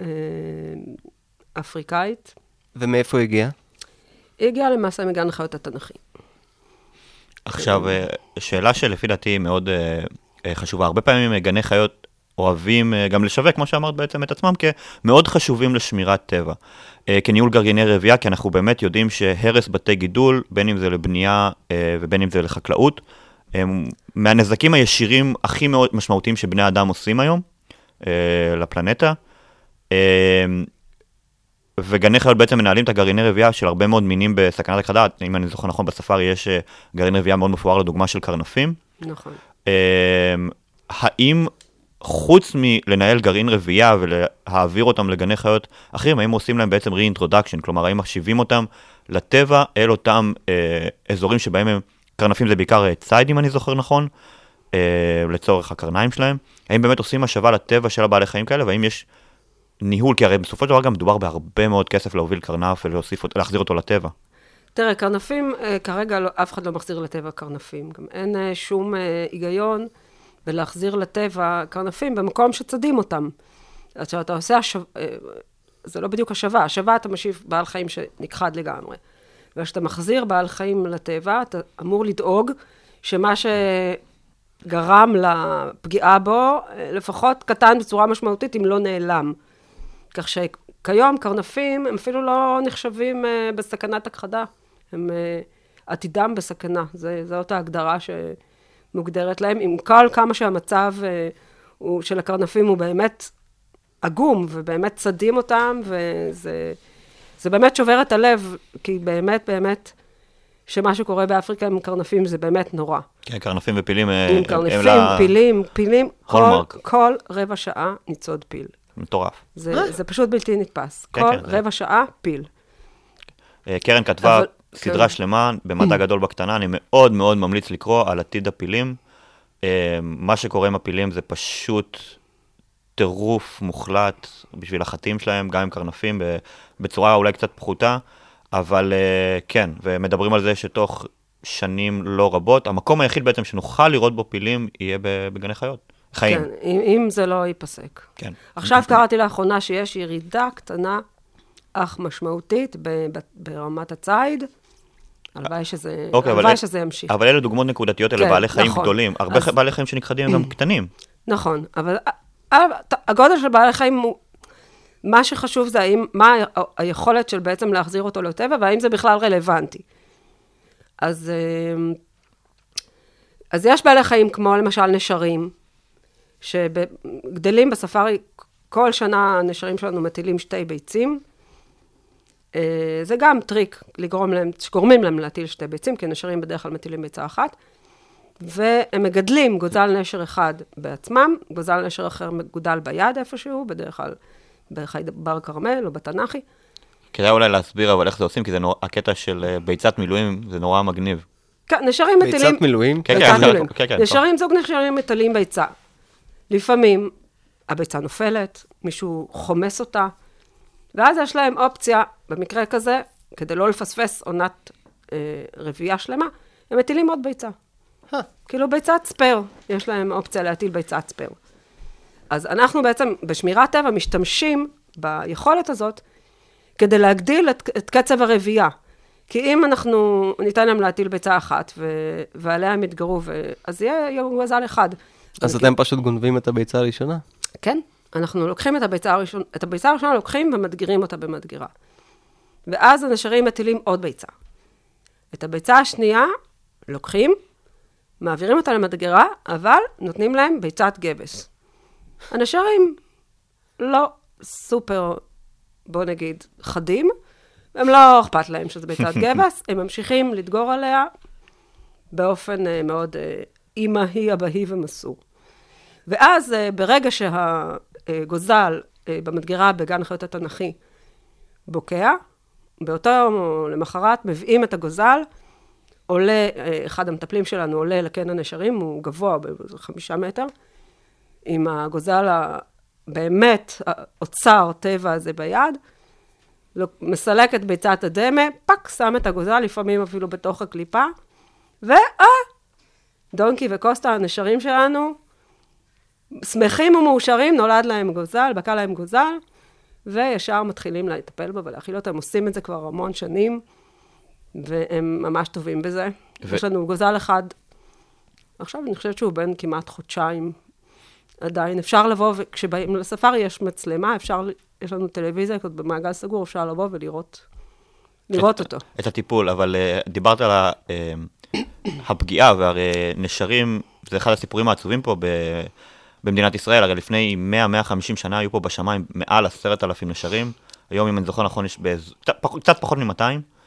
אפריקאית. ומאיפה היא הגיעה? היא הגיעה למעשה מגן החיות התנ"כי. עכשיו, שאלה שלפי דעתי היא מאוד חשובה. הרבה פעמים גני חיות אוהבים גם לשווק, כמו שאמרת בעצם את עצמם, כמאוד חשובים לשמירת טבע. כניהול גרעיני רבייה, כי אנחנו באמת יודעים שהרס בתי גידול, בין אם זה לבנייה ובין אם זה לחקלאות, מהנזקים הישירים הכי מאוד משמעותיים שבני אדם עושים היום לפלנטה, וגני חיות בעצם מנהלים את הגרעיני רבייה של הרבה מאוד מינים בסכנת הכחדה. אם אני זוכר נכון, בספארי יש גרעין רבייה מאוד מפואר לדוגמה של קרנפים. נכון. האם חוץ מלנהל גרעין רבייה ולהעביר אותם לגני חיות אחרים, האם עושים להם בעצם re-introduction, כלומר האם מחשיבים אותם לטבע אל אותם אזורים שבהם הם, קרנפים זה בעיקר צייד אם אני זוכר נכון, לצורך הקרניים שלהם, האם באמת עושים השבה לטבע של הבעלי חיים כאלה, והאם יש ניהול, כי הרי בסופו של דבר גם מדובר בהרבה מאוד כסף להוביל קרנף ולהחזיר אותו לטבע. תראה, קרנפים, כרגע אף אחד לא מחזיר לטבע קרנפים, גם אין שום היגיון ולהחזיר לטבע קרנפים במקום שצדים אותם. אז שאתה עושה זה לא בדיוק השבה, השבה אתה משיב בעל חיים שנכחד לגמרי. וכשאתה מחזיר בעל חיים לטבע, אתה אמור לדאוג שמה שגרם לפגיעה בו, לפחות קטן בצורה משמעותית, אם לא נעלם. כך שכיום קרנפים הם אפילו לא נחשבים בסכנת הכחדה, הם עתידם בסכנה, זו אותה הגדרה שמוגדרת להם, עם כל כמה שהמצב של הקרנפים הוא באמת עגום, ובאמת צדים אותם, זה באמת שובר את הלב, כי באמת שמה שקורה באפריקה עם קרנפים זה באמת נורא. כן, קרנפים ופילים. עם קרנפים, פילים, כל רבע שעה ניצוד פיל. מטורף. זה פשוט בלתי נתפס. כל רבע שעה פיל. קרן כתבה סדרה שלמה במדע גדול בקטנה, אני מאוד מאוד ממליץ לקרוא על עתיד הפילים. מה שקורה עם הפילים זה פשוט טירוף מוחלט בשביל החטאים שלהם, גם עם קרנפים, בצורה אולי קצת פחותה, אבל כן, ומדברים על זה שתוך שנים לא רבות, המקום היחיד בעצם שנוכל לראות בו פילים יהיה בגני חיות. חיים. כן, אם זה לא ייפסק. כן. עכשיו קראתי לאחרונה שיש ירידה קטנה, אך משמעותית, ברמת הצייד, הלוואי שזה ימשיך. אבל אלה דוגמאות נקודתיות, אלה בעלי חיים גדולים. הרבה בעלי חיים שנכחדים הם גם קטנים. נכון, אבל הגודל של בעלי חיים הוא, מה שחשוב זה מה היכולת של בעצם להחזיר אותו לטבע, והאם זה בכלל רלוונטי. אז יש בעלי חיים כמו למשל נשרים, שגדלים בספארי, כל שנה הנשרים שלנו מטילים 2 ביצים, זה גם טריק שגורמים להם להטיל 2 ביצים, כי נשרים בדרך כלל מטילים ביצה אחת, והם מגדלים גוזל נשר אחד בעצמם, גוזל נשר אחר מגודל ביד איפשהו, בדרך כלל בר כרמל או בתנ"כי. כדאי אולי להסביר אבל איך זה עושים, כי זה הקטע של ביצת מילואים, זה נורא מגניב. כן, נשרים מטילים... ביצת מילואים? כן. נשרים, זוג נשרים מטילים ביצה. לפעמים הביצה נופלת, מישהו חומס אותה, ואז יש להם אופציה, במקרה כזה, כדי לא לפספס עונת רבייה שלמה, הם מטילים עוד ביצה. כאילו ביצת ספר, יש להם אופציה להטיל ביצת ספר. אז אנחנו בעצם בשמירת טבע משתמשים ביכולת הזאת, כדי להגדיל את קצב הרבייה. כי אם אנחנו ניתן להם להטיל ביצה אחת, ועליה הם יתגרו, אז יהיה גוזל אחד. אז אתם פשוט גונבים את הביצה הראשונה? כן, אנחנו לוקחים את הביצה הראשונה, לוקחים ומדגירים אותה במדגירה. ואז הנשרים מטילים עוד ביצה. את הביצה השנייה לוקחים, מעבירים אותה למדגרה, אבל נותנים להם ביצת גבס. הנשרים לא סופר, בוא נגיד, חדים, הם לא אכפת להם שזה ביצת גבס, הם ממשיכים לדגור עליה באופן מאוד אימהי, אבהי ומסור. ואז ברגע שהגוזל במדגרה בגן החיות התנ"כי בוקע, באותו יום למחרת מביאים את הגוזל, עולה, אחד המטפלים שלנו עולה לקן הנשרים, הוא גבוה ב5 מטר, עם הגוזל באמת אוצר טבע הזה ביד, מסלק את ביצת הדמה, פק, שם את הגוזל, לפעמים אפילו בתוך הקליפה, דונקי וקוסטה, הנשרים שלנו, שמחים ומאושרים, נולד להם גוזל, בקע להם גוזל, וישר מתחילים לטפל בו ולהאכיל אותם, עושים את זה כבר המון שנים, והם ממש טובים בזה. יש לנו גוזל אחד, עכשיו אני חושבת שהוא בן כמעט חודשיים, עדיין אפשר לבוא, וכשבאים לספארי יש מצלמה, יש לנו טלוויזיה, במעגל סגור אפשר לבוא ולראות אותו. את הטיפול, אבל דיברת על הפגיעה, והרי נשרים, זה אחד הסיפורים העצובים פה במדינת ישראל, הרי לפני 100-150 שנה היו פה בשמיים מעל 10,000 נשרים, היום אם אני זוכר נכון יש קצת פחות מ-200.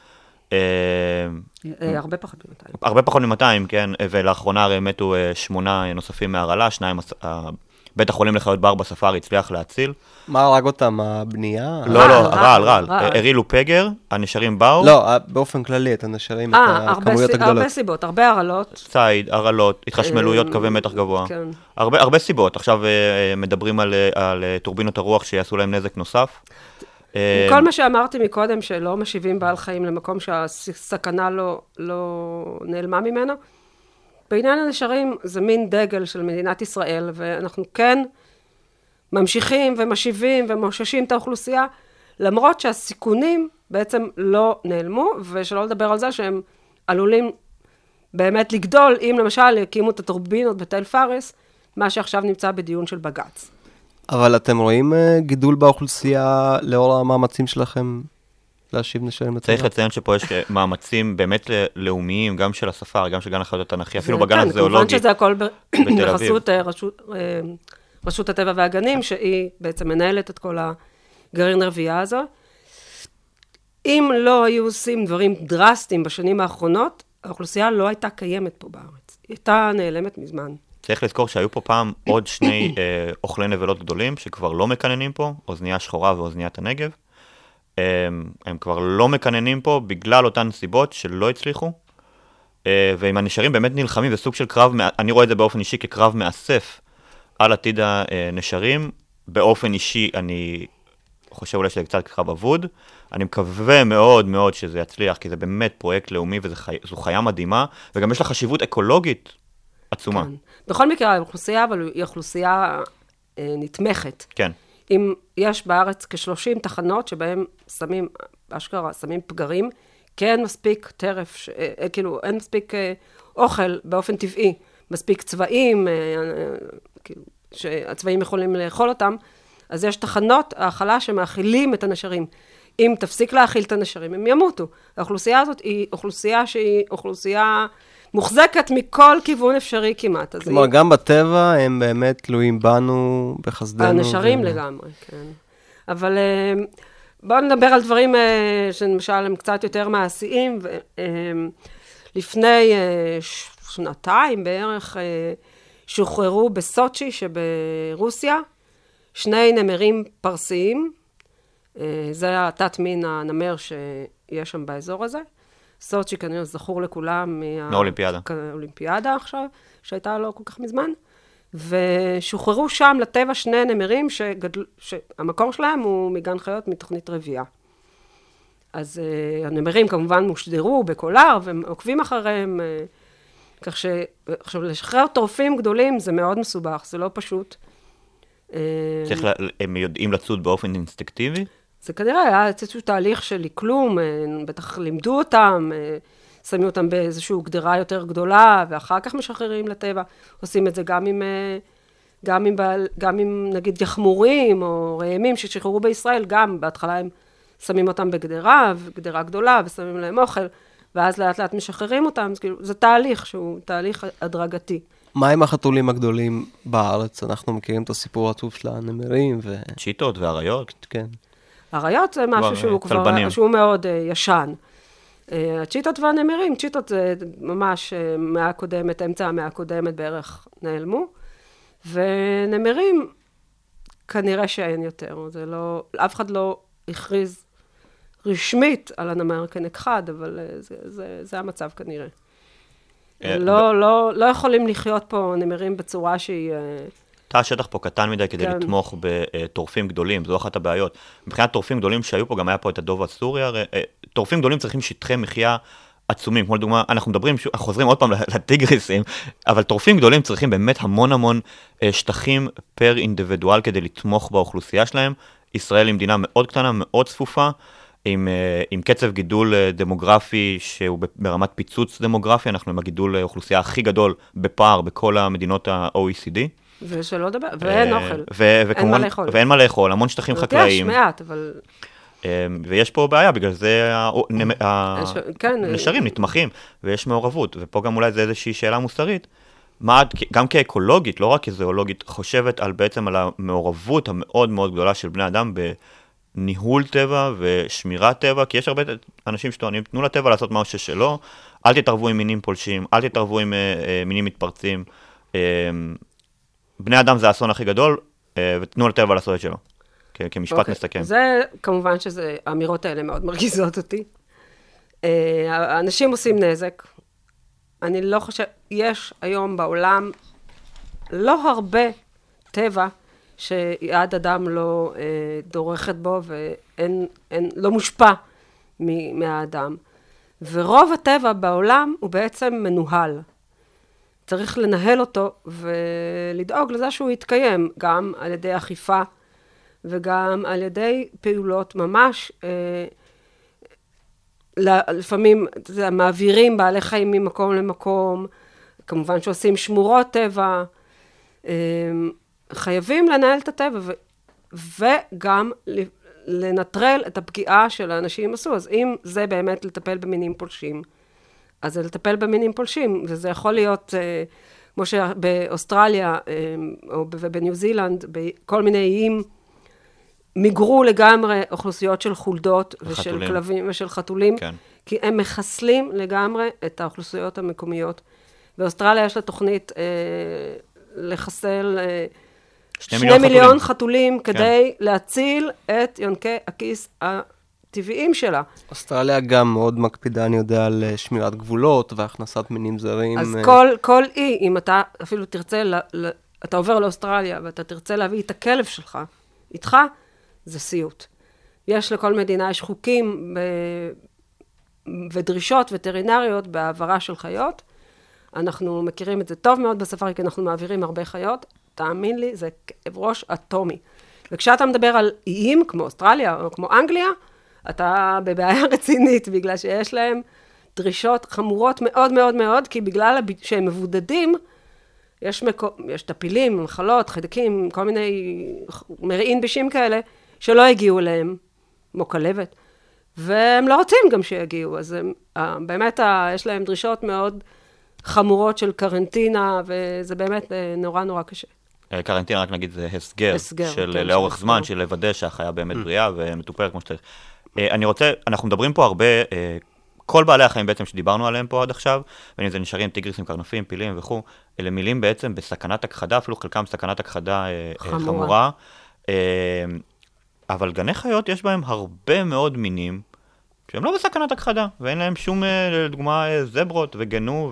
הרבה פחות מ-200. הרבה פחות מ-200, כן, ולאחרונה הרי מתו 8 נוספים מהרעלה, 2 בית החולים לחיות בר בספארי הצליח להציל. מה הרג אותם, הבנייה? לא, רעל. הרעילו פגר, הנשרים באו. לא, באופן כללי, את הנשרים, את הכמויות הגדולות. הרבה סיבות, הרבה הרעלות. ציד, הרעלות, התחשמלויות, קווי מתח גבוה. הרבה סיבות. עכשיו מדברים על טורבינות הרוח שיעשו להם נזק נוסף. כל מה שאמרתי מקודם, שלא משיבים בעל חיים למקום שהסכנה לא נעלמה ממנו, בעניין הנשרים זה מין דגל של מדינת ישראל, ואנחנו כן ממשיכים ומשיבים ומוששים את האוכלוסייה, למרות שהסיכונים בעצם לא נעלמו, ושלא לדבר על זה שהם עלולים באמת לגדול, אם למשל יקימו את הטורבינות בתל פארס, מה שעכשיו נמצא בדיון של בג"ץ. אבל אתם רואים גידול באוכלוסייה לאור המאמצים שלכם להשיב נשרים לטבע? צריך לציין שפה יש מאמצים באמת לאומיים, גם של הספארי, גם של גן החיות התנ"כי, אפילו בגן הזואולוגי. כמובן שזה הכל בחסות רשות הטבע והגנים, שהיא בעצם מנהלת את כל הגרעין הרבייה הזו. אם לא היו עושים דברים דרסטיים בשנים האחרונות, האוכלוסייה לא הייתה קיימת פה בארץ. היא הייתה נעלמת מזמן. צריך לזכור שהיו פה פעם עוד 2 אוכלי נבלות גדולים, שכבר לא מקננים פה, אוזניה שחורה ואוזניית הנגב. הם כבר לא מקננים פה בגלל אותן סיבות שלא הצליחו, ועם הנשרים באמת נלחמים, זה סוג של קרב, אני רואה את זה באופן אישי כקרב מאסף על עתיד הנשרים. באופן אישי אני חושב אולי שזה קצת קרב אבוד, אני מקווה מאוד מאוד שזה יצליח, כי זה באמת פרויקט לאומי וזו חיה מדהימה, וגם יש לה חשיבות אקולוגית עצומה. כן. בכל מקרה, האוכלוסייה, אבל היא אוכלוסייה נתמכת. כן. אם יש בארץ כ-30 תחנות שבהם שמים, אשכרה, שמים פגרים, כי אין מספיק טרף, כאילו, אין מספיק אוכל באופן טבעי, מספיק צבעים, כאילו, שהצבעים יכולים לאכול אותם, אז יש תחנות האכלה שמאכילים את הנשרים. אם תפסיק להאכיל את הנשרים, הם ימותו. האוכלוסייה הזאת היא אוכלוסייה שהיא אוכלוסייה מוחזקת מכל כיוון אפשרי כמעט. כלומר, גם בטבע הם באמת תלויים בנו, בחסדנו. הנשרים לגמרי, כן. אבל בואו נדבר על דברים שלמשל הם קצת יותר מעשיים. לפני 2 בערך שוחררו בסוצ'י שברוסיה 2 נמרים פרסיים. זה התת מין הנמר שיש שם באזור הזה. סוצ'י כנראה זכור לכולם מהאולימפיאדה עכשיו, שהייתה לא כל כך מזמן, ושוחררו שם לטבע 2 נמרים שהמקור שלהם הוא מגן חיות מתוכנית רבייה. אז הנמרים כמובן מושדרו בקולר, והם עוקבים אחריהם, כך שעכשיו לשחרר טורפים גדולים זה מאוד מסובך, זה לא פשוט. הם יודעים לצוד באופן אינסטינקטיבי? זה כנראה היה איזשהו תהליך של כלום, בטח לימדו אותם, שמים אותם באיזושהי גדרה יותר גדולה, ואחר כך משחררים לטבע. עושים את זה גם עם נגיד יחמורים או רעמים ששחררו בישראל, גם בהתחלה הם שמים אותם בגדרה, גדרה גדולה, ושמים להם אוכל, ואז לאט לאט משחררים אותם. זה תהליך שהוא תהליך הדרגתי. מה עם החתולים הגדולים בארץ? אנחנו מכירים את הסיפור העצוב של הנמרים צ'יטות ואריות. כן. אריות זה משהו שהוא כבר, שהוא מאוד ישן. הצ'יטות והנמרים, צ'יטות זה ממש מאה הקודמת, אמצע המאה הקודמת בערך נעלמו, ונמרים כנראה שאין יותר, זה לא, אף אחד לא הכריז רשמית על הנמר כנכחד, אבל זה המצב כנראה. לא יכולים לחיות פה נמרים בצורה שהיא... תא השטח פה קטן מדי כדי לתמוך בטורפים גדולים, זו אחת הבעיות. מבחינת טורפים גדולים שהיו פה, גם היה פה את הדוב הסורי, טורפים גדולים צריכים שטחי מחיה עצומים, כמו לדוגמה, אנחנו מדברים, חוזרים עוד פעם לטיגריסים, אבל טורפים גדולים צריכים באמת המון שטחים פר אינדיבידואל כדי לתמוך באוכלוסייה שלהם. ישראל היא מדינה מאוד קטנה, מאוד צפופה, עם קצב גידול דמוגרפי שהוא ברמת פיצוץ דמוגרפי, אנחנו עם הגידול אוכלוסייה הכי גדול בפער בכל המדינות ה-OECD. ושלא לדבר, ואין אוכל, אין מה לאכול. ואין מה לאכול, המון שטחים חקלאיים. יש מעט, אבל... ויש פה בעיה, בגלל זה הנשרים נתמכים, ויש מעורבות, ופה גם אולי זה איזושהי שאלה מוסרית, מה גם כאקולוגית, לא רק כזואולוגית, חושבת בעצם על המעורבות המאוד מאוד גדולה של בני אדם בניהול טבע ושמירת טבע, כי יש הרבה אנשים שטוענים, תנו לטבע לעשות משהו שלא, אל תתערבו עם מינים פולשים, אל תתערבו עם מינים מתפרצים, בני אדם זה האסון הכי גדול, ותנו לטבע לעשות את שלו. כמשפט מסתכם. זה, כמובן האמירות האלה מאוד מרגיזות אותי. אנשים עושים נזק. אני לא חושב, יש היום בעולם לא הרבה טבע שיד אדם לא דורכת בו ולא מושפע מהאדם. ורוב הטבע בעולם הוא בעצם מנוהל. צריך לנהל אותו ולדאוג לזה שהוא יתקיים גם על ידי אכיפה וגם על ידי פעולות ממש, לפעמים מעבירים בעלי חיים ממקום למקום, כמובן שעושים שמורות טבע, חייבים לנהל את הטבע וגם לנטרל את הפגיעה של האנשים עשו. אז אם זה באמת לטפל במינים פולשים, אז זה לטפל במינים פולשים, וזה יכול להיות, כמו שבאוסטרליה ובניו זילנד, בכל מיני איים, מיגרו לגמרי אוכלוסיות של חולדות ושל כלבים ושל חתולים, כן. כי הם מחסלים לגמרי את האוכלוסיות המקומיות. באוסטרליה יש לה תוכנית לחסל 2 מיליון חתולים כן. כדי להציל את יונקי הכיס הטבעיים שלה. אוסטרליה גם מאוד מקפידה, אני יודע, על שמירת גבולות והכנסת מינים זרים. אז כל אי, אם אתה אפילו תרצה, אתה עובר לאוסטרליה ואתה תרצה להביא את הכלב שלך איתך, זה סיוט. יש לכל מדינה, יש חוקים ודרישות וטרינריות בהעברה של חיות. אנחנו מכירים את זה טוב מאוד בספארי, כי אנחנו מעבירים הרבה חיות. תאמין לי, זה כאב ראש אטומי. וכשאתה מדבר על איים, כמו אוסטרליה או כמו אנגליה, אתה בבעיה רצינית, בגלל שיש להם דרישות חמורות מאוד מאוד מאוד, כי בגלל שהם מבודדים, יש טפילים, מחלות, חיידקים, כל מיני מרעין בישים כאלה, שלא הגיעו אליהם, כמו כלבת, והם לא רוצים גם שיגיעו, אז באמת יש להם דרישות מאוד חמורות של קרנטינה, וזה באמת נורא נורא קשה. קרנטינה, רק נגיד, זה הסגר של כן, לאורך זמן, של לוודא שהחיה באמת בריאה ומטופלת כמו שצריך. אנחנו מדברים פה הרבה, כל בעלי החיים בעצם שדיברנו עליהם פה עד עכשיו, בין זה נשארים טיגריסים, קרנפים, פילים וכו', אלה מילים בעצם בסכנת הכחדה, אפילו חלקם סכנת הכחדה חמורה. אבל גני חיות יש בהם הרבה מאוד מינים שהם לא בסכנת הכחדה, ואין להם שום, לדוגמה, זברות וגנו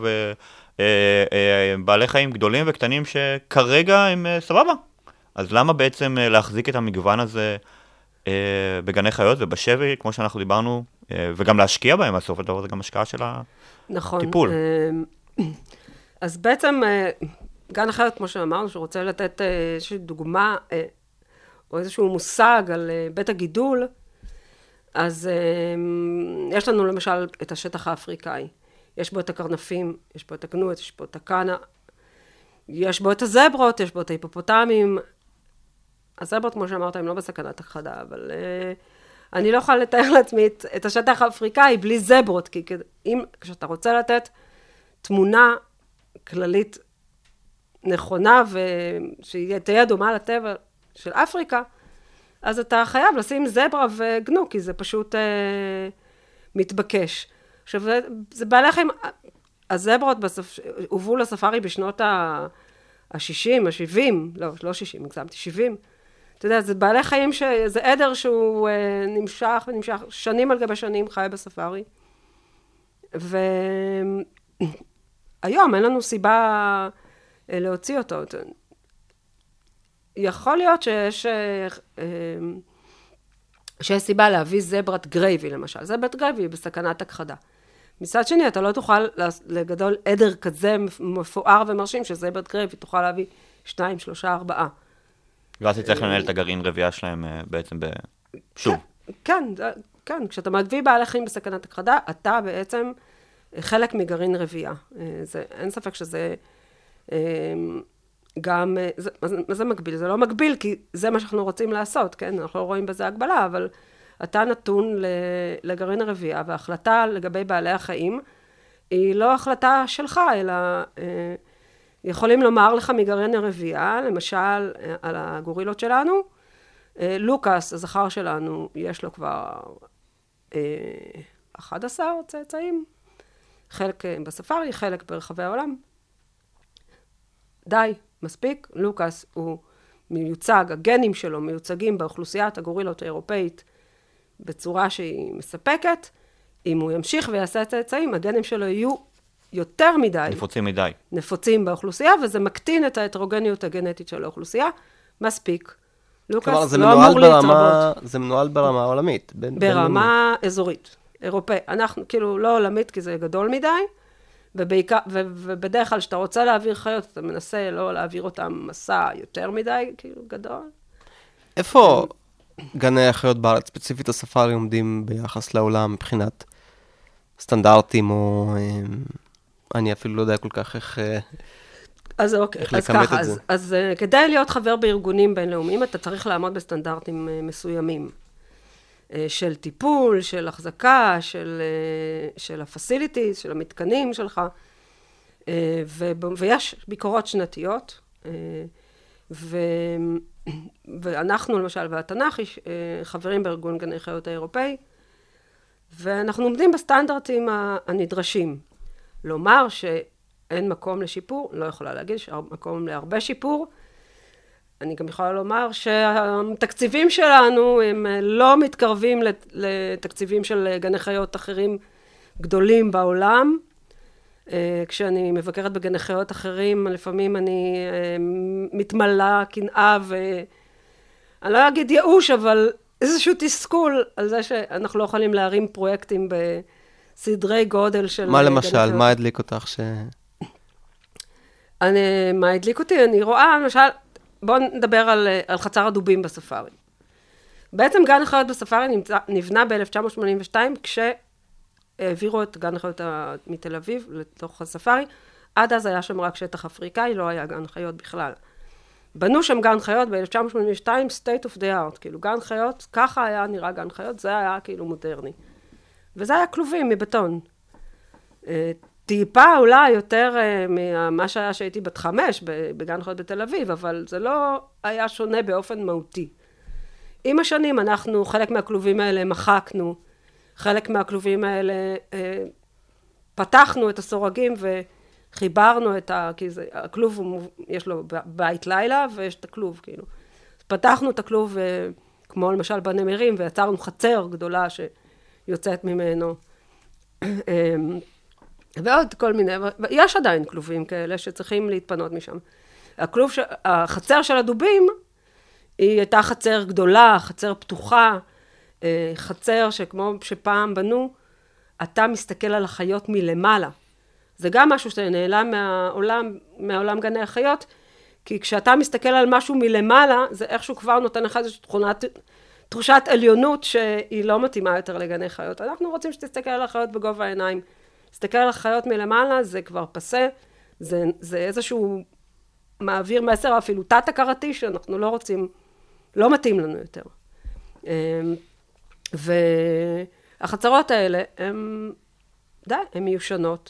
ובעלי חיים גדולים וקטנים שכרגע הם סבבה. אז למה בעצם להחזיק את המגוון הזה בגני חיות ובשבי, כמו שאנחנו דיברנו, וגם להשקיע בהם, הסוף הדבר זה גם השקעה של הטיפול. נכון. אז בעצם גן החיות, כמו שאמרנו, שרוצה לתת איזושהי דוגמה, או איזשהו מושג על בית הגידול, אז יש לנו למשל את השטח האפריקאי. יש בו את הקרנפים, יש בו את הגנות, יש בו את הקאנה, יש בו את הזברות, יש בו את ההיפופוטמים. הזברות, כמו שאמרת, הם לא בסכנת הכחדה, אבל אני לא יכולה לתאר לעצמי את השטח האפריקאי בלי זברות, כי כשאתה רוצה לתת תמונה כללית נכונה, ושתהיה דומה לטבע של אפריקה, אז אתה חייב לשים זברה וגנו, כי זה פשוט מתבקש. עכשיו, זה בעלי חיים, הזברות הובאו לספארי בשנות ה-60, ה-70, לא 60, הגזמתי, 70. אתה יודע, זה בעלי חיים, זה עדר שהוא נמשך ונמשך, שנים על גבי שנים חי בספארי. והיום אין לנו סיבה להוציא אותו. יכול להיות שיש סיבה להביא זברת גרייבי, למשל. זברת גרייבי היא בסכנת הכחדה. מצד שני, אתה לא תוכל לגדול עדר כזה מפואר ומרשים, שזברת גרייבי תוכל להביא 2, 3, 4. ואז צריך לנהל את הגרעין רבייה שלהם בעצם שוב. כן, כשאתה מביא בעלי חיים בסכנת הכחדה, אתה בעצם חלק מגרעין רבייה. אין ספק שזה גם, מה זה מגביל? זה לא מגביל, כי זה מה שאנחנו רוצים לעשות, כן? אנחנו לא רואים בזה הגבלה, אבל אתה נתון לגרעין הרבייה, וההחלטה לגבי בעלי החיים היא לא החלטה שלך, אלא יכולים לומר לך מגרעין הרבייה, למשל על הגורילות שלנו, לוקאס, הזכר שלנו, יש לו כבר 11 צאצאים, חלק בספארי, חלק ברחבי העולם. די, מספיק. לוקאס הוא מיוצג, הגנים שלו מיוצגים באוכלוסיית הגורילות האירופאית בצורה שהיא מספקת. אם הוא ימשיך ויעשה את הצאצאים, הגנים שלו יהיו יותר מדי. נפוצים מדי. נפוצים באוכלוסייה, וזה מקטין את ההטרוגניות הגנטית של האוכלוסייה. מספיק. לוקאס לא אמור להתרבות. זה מנוהל ברמה עולמית. ברמה אזורית, אירופאית. אנחנו, כאילו, לא עולמית, כי זה גדול מדי, ובדרך כלל שאתה רוצה להעביר חיות, אתה מנסה לא להעביר אותם מסע יותר מדי, כאילו, גדול. איפה גני החיות בארץ, ספציפית הספארי, עומדים ביחס לעולם מבחינת סטנדרטים, או אני אפילו לא יודע כל כך איך אוקיי, אז ככה, אז כדי להיות חבר בארגונים בינלאומיים, אתה צריך לעמוד בסטנדרטים מסוימים. של טיפול, של החזקה, של הפסיליטיז, של המתקנים שלך, ויש ביקורות שנתיות, ואנחנו למשל והתנ"ך חברים בארגון גני חיות האירופאי, ואנחנו עומדים בסטנדרטים הנדרשים. לומר שאין מקום לשיפור, לא יכולה להגיד, יש מקום להרבה שיפור. אני גם יכולה לומר שהתקציבים שלנו הם לא מתקרבים לתקציבים של גני חיות אחרים גדולים בעולם. כשאני מבקרת בגני חיות אחרים, לפעמים אני מתמלאה קנאה אני לא אגיד ייאוש, אבל איזשהו תסכול על זה שאנחנו לא יכולים להרים פרויקטים בסדרי גודל של... מה למשל? מה הדליק אותך מה הדליק אותי? אני רואה, למשל, בואו נדבר על חצר הדובים בספארי. בעצם גן החיות בספארי נבנה ב-1982, כשהעבירו את גן החיות מתל אביב לתוך הספארי. עד אז היה שם רק שטח אפריקאי, לא היה גן חיות בכלל. בנו שם גן חיות ב-1982, state of the art, כאילו גן חיות, ככה היה נראה גן חיות, זה היה כאילו מודרני. וזה היה כלובים מבטון. טיפה אולי יותר ממה שהיה שהייתי בת 5 בגן חיות בתל אביב, אבל זה לא היה שונה באופן מהותי. עם השנים אנחנו, חלק מהכלובים האלה מחקנו, חלק מהכלובים האלה פתחנו את הסורגים וחיברנו את כי הכלוב יש לו בית לילה ויש את הכלוב כאילו. פתחנו את הכלוב כמו למשל בנמרים ויצרנו חצר גדולה שיוצאת ממנו. ועוד כל מיני, יש עדיין כלובים כאלה שצריכים להתפנות משם. החצר של הדובים היא הייתה חצר גדולה, חצר פתוחה, חצר שכמו שפעם בנו, אתה מסתכל על החיות מלמעלה. זה גם משהו שנעלם מהעולם גני החיות, כי כשאתה מסתכל על משהו מלמעלה, זה איכשהו כבר נותן לך איזושהי תחושת עליונות שהיא לא מתאימה יותר לגני חיות. אנחנו רוצים שתסתכל על החיות בגובה העיניים. להסתכל על החיות מלמעלה, זה כבר פסה, זה איזשהו מעביר מסר אפילו תת-הכרתי שאנחנו לא רוצים, לא מתאים לנו יותר. והחצרות האלה, הן מיושנות.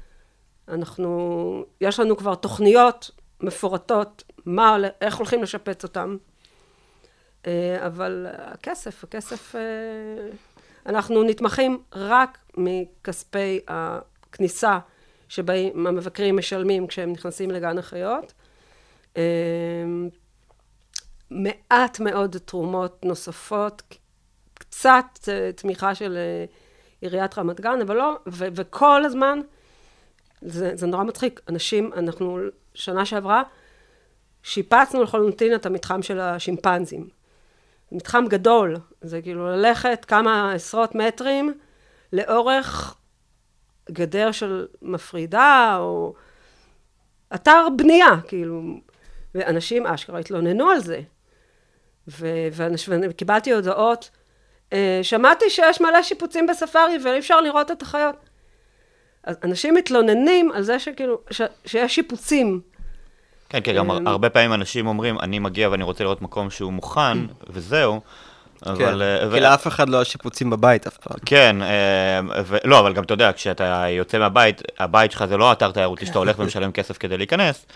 יש לנו כבר תוכניות מפורטות, איך הולכים לשפץ אותם. אבל הכסף, אנחנו נתמכים רק מכספי הכניסה שבהם המבקרים משלמים כשהם נכנסים לגן החיות. מעט מאוד תרומות נוספות, קצת תמיכה של עיריית רמת גן, אבל לא, וכל הזמן, זה נורא מצחיק, אנשים, אנחנו שנה שעברה, שיפצנו לחלוטין את המתחם של השימפנזים. מתחם גדול, זה כאילו ללכת כמה עשרות מטרים לאורך גדר של מפרידה, או אתר בנייה, כאילו, ואנשים אשכרה התלוננו על זה. וקיבלתי הודעות, שמעתי שיש מלא שיפוצים בספארי ואי אפשר לראות את החיות. אז אנשים מתלוננים על זה שכאילו, שיש שיפוצים. כן, כי גם הרבה פעמים אנשים אומרים, אני מגיע ואני רוצה לראות מקום שהוא מוכן, וזהו. כן, כי לאף אחד לא השיפוצים בבית אף פעם. כן, לא, אבל גם אתה יודע, כשאתה יוצא מהבית, הבית שלך זה לא אתר תיירותי שאתה הולך ומשלם כסף כדי להיכנס,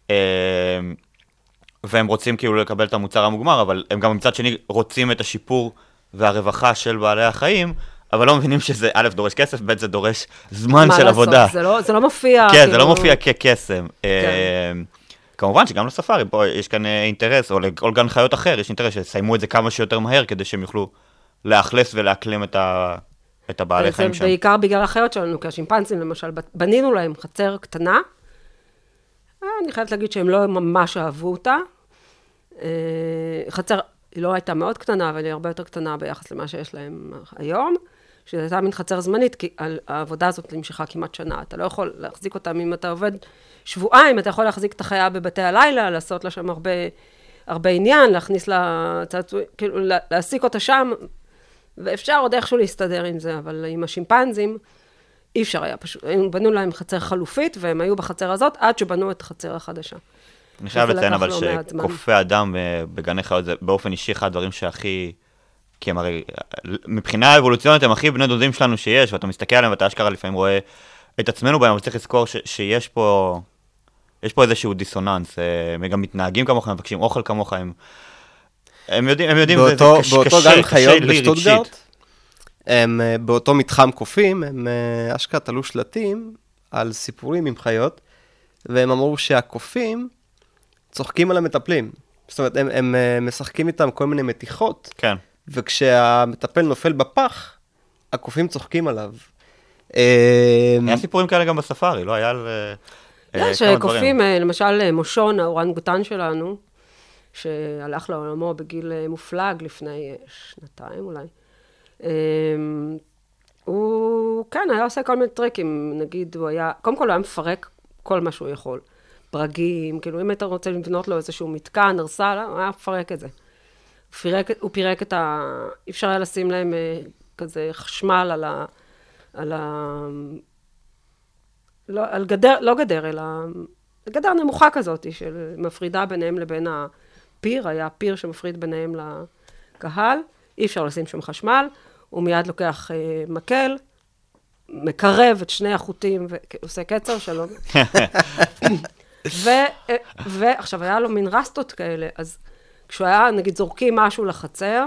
והם רוצים כאילו לקבל את המוצר המוגמר, אבל הם גם מצד שני רוצים את השיפור והרווחה של בעלי החיים, אבל לא מבינים שזה א' דורש כסף, ב' זה דורש זמן של עבודה. זה לא מופיע. כן, זה לא מופיע כקסם. כמובן שגם לספארי, פה יש כאן אינטרס, או לכל גן חיות אחר, יש אינטרס שסיימו את זה כמה שיותר מהר, כדי שהם יוכלו לאכלס ולאקלם את הבעלי חיים שם. זה בעיקר בגלל החיות שלנו, כי השימפנסים למשל, בנינו להם חצר קטנה, אני חייבת להגיד שהם לא ממש אהבו אותה. חצר, היא לא הייתה מאוד קטנה, אבל היא הרבה יותר קטנה ביחס למה שיש להם היום, שזו הייתה מין חצר זמנית, כי העבודה הזאת נמשכה כמעט שנה. אתה לא יכול להחזיק אותם אם אתה עובד שבועיים, אתה יכול להחזיק את החיה בבתי הלילה, לעשות לה שם הרבה עניין, להכניס לה, כאילו להעסיק אותה שם, ואפשר עוד איכשהו להסתדר עם זה, אבל עם השימפנזים, אי אפשר היה פשוט, הם בנו להם חצר חלופית, והם היו בחצר הזאת, עד שבנו את החצר החדשה. אני חייב לציין אבל שקופי אדם בגני חיות, זה באופן אישי אחד הדברים שהכי, כי הם הרי, מבחינה אבולוציונית הם הכי בני דודים שלנו שיש, ואתה מסתכל עליהם ואתה אשכרה לפעמים רואה את עצמנו בהם, אבל צריך לזכור שיש פה איזשהו דיסוננס, הם גם מתנהגים כמוך, הם מבקשים אוכל כמוך, הם יודעים, באותו גן חיות בשטוטגרט, הם באותו מתחם קופים, הם אשכרה תלו שלטים על סיפורים עם חיות, והם אמרו שהקופים צוחקים על המטפלים. זאת אומרת, הם משחקים איתם כל מיני מתיחות, כן. וכשהמטפל נופל בפח, הקופים צוחקים עליו. היה סיפורים כאלה גם בספארי, לא? היה על יש קופים, למשל מושון, האורנגוטן שלנו, שהלך לעולמו בגיל מופלג לפני 2 אולי. הוא, כן, היה עושה כל מיני טריקים, נגיד, הוא היה, קודם כל הוא היה מפרק כל מה שהוא יכול. ברגים, כאילו, אם היית רוצה לבנות לו איזשהו מתקן, הרסה, הוא היה מפרק את זה. הוא פירק את אי אפשר היה לשים להם כזה חשמל על גדר, לא גדר, אלא גדר נמוכה כזאת, של מפרידה ביניהם לבין הפיר, היה פיר שמפריד ביניהם לקהל, אי אפשר לשים שם חשמל, הוא מיד לוקח מקל, מקרב את שני החוטים ועושה קצר שלום. ועכשיו היה לו מין רסטות כאלה, אז כשהוא היה, נגיד, זורקים משהו לחצר,